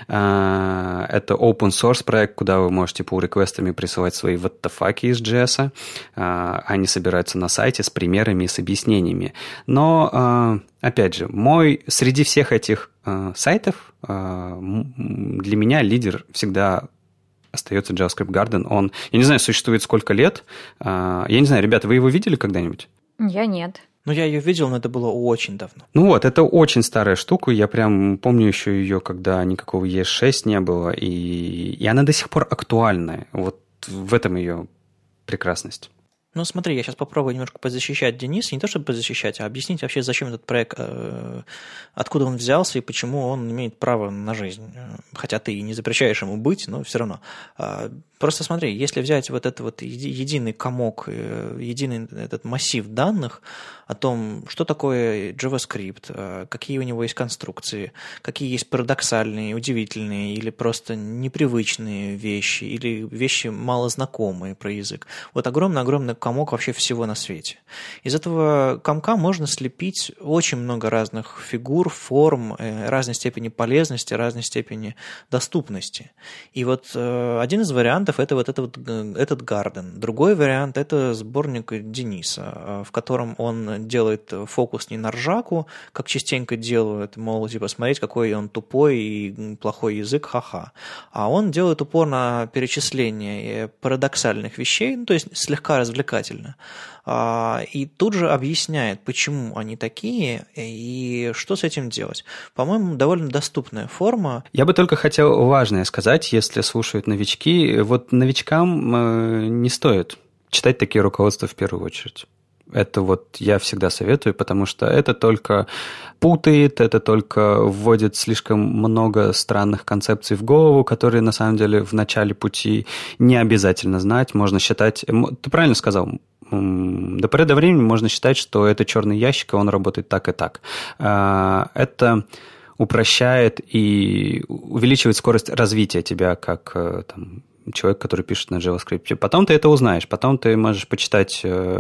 Э, это open source проект, куда вы можете по реквестами присылать свои what the fuck из джей эс. Э, они собираются на сайте с примерами и с объяснениями. Но, э, опять же, мой среди всех этих э, сайтов э, для меня лидер всегда остается JavaScript Garden. Он, я не знаю, существует сколько лет. Э, я не знаю, ребята, вы его видели когда-нибудь? Я нет. Ну, я ее видел, но это было очень давно. Ну вот, это очень старая штука. Я прям помню еще ее, когда никакого и эс шесть не было. И, и она до сих пор актуальная. Вот в этом ее прекрасность. Ну, смотри, я сейчас попробую немножко позащищать Дениса, не то чтобы позащищать, а объяснить вообще, зачем этот проект, э, откуда он взялся и почему он имеет право на жизнь. Хотя ты и не запрещаешь ему быть, но все равно. Просто смотри, если взять вот этот вот единый комок, единый этот массив данных о том, что такое JavaScript, какие у него есть конструкции, какие есть парадоксальные, удивительные или просто непривычные вещи, или вещи малознакомые про язык. Вот огромный-огромный комок вообще всего на свете. Из этого комка можно слепить очень много разных фигур, форм, разной степени полезности, разной степени доступности. И вот один из вариантов это вот, это вот этот Garden. Другой вариант – это сборник Дениса, в котором он делает фокус не на ржаку, как частенько делают, мол, типа, смотреть, какой он тупой и плохой язык, ха-ха. А он делает упор на перечисление парадоксальных вещей, ну, то есть слегка развлекательно. И тут же объясняет, почему они такие и что с этим делать. По-моему, довольно доступная форма. Я бы только хотел важное сказать, если слушают новички. Вот новичкам не стоит читать такие руководства в первую очередь. Это вот я всегда советую, потому что это только путает, это только вводит слишком много странных концепций в голову, которые на самом деле в начале пути не обязательно знать. Можно считать... Ты правильно сказал, до поры до времени можно считать, что это черный ящик, и он работает так и так. Это упрощает и увеличивает скорость развития тебя как там, человек, который пишет на JavaScript. Потом ты это узнаешь, потом ты можешь почитать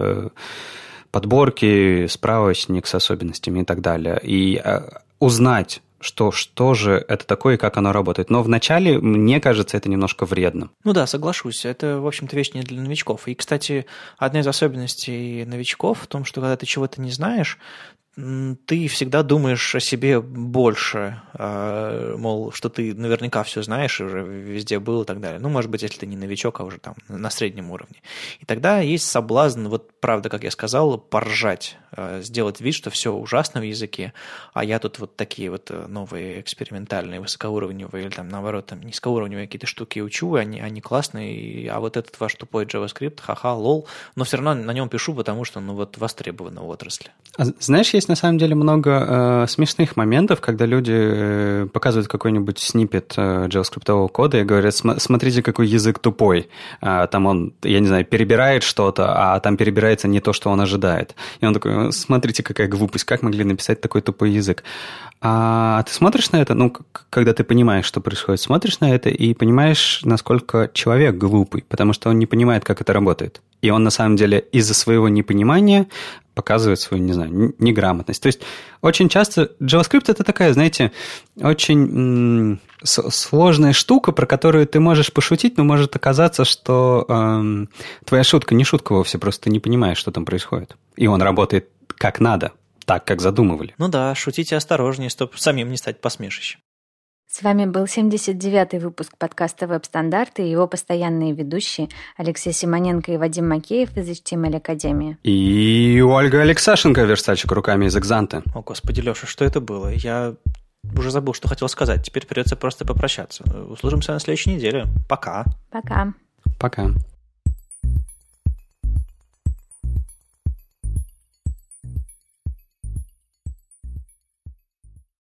подборки, справочник с особенностями и так далее, и узнать, что, что же это такое и как оно работает. Но вначале, мне кажется, это немножко вредно. Ну да, соглашусь. Это, в общем-то, вещь не для новичков. И, кстати, одна из особенностей новичков в том, что когда ты чего-то не знаешь, ты всегда думаешь о себе больше, мол, что ты наверняка все знаешь и уже везде был и так далее. Ну, может быть, если ты не новичок, а уже там на среднем уровне. И тогда есть соблазн, вот правда, как я сказал, поржать, сделать вид, что все ужасно в языке, а я тут вот такие вот новые экспериментальные, высокоуровневые или там, наоборот, там, низкоуровневые какие-то штуки учу, они, они классные, а вот этот ваш тупой JavaScript, ха-ха, лол, но все равно на нем пишу, потому что, ну, вот востребовано в отрасли. А знаешь, есть на самом деле много э, смешных моментов, когда люди э, показывают какой-нибудь сниппет э, JavaScript кода и говорят, смотрите, какой язык тупой. А, там он, я не знаю, перебирает что-то, а там перебирается не то, что он ожидает. И он такой, смотрите, какая глупость, как могли написать такой тупой язык. А ты смотришь на это, ну, когда ты понимаешь, что происходит, смотришь на это и понимаешь, насколько человек глупый, потому что он не понимает, как это работает. И он, на самом деле, из-за своего непонимания показывает свою, не знаю, неграмотность. То есть очень часто JavaScript – это такая, знаете, очень м- сложная штука, про которую ты можешь пошутить, но может оказаться, что эм, твоя шутка не шутка вовсе, просто ты не понимаешь, что там происходит. И он работает как надо, так, как задумывали. Ну да, шутите осторожнее, чтобы самим не стать посмешищем. С вами был семьдесят девятый выпуск подкаста «Веб-стандарты» и его постоянные ведущие Алексей Симоненко и Вадим Макеев из эйч ти эм эль Академии. И Ольга Алексашенко, верстальщик руками из Экзанта. О, господи, Леша, что это было? Я Уже забыл, что хотел сказать. Теперь придется просто попрощаться. Услышимся на следующей неделе. Пока. Пока. Пока.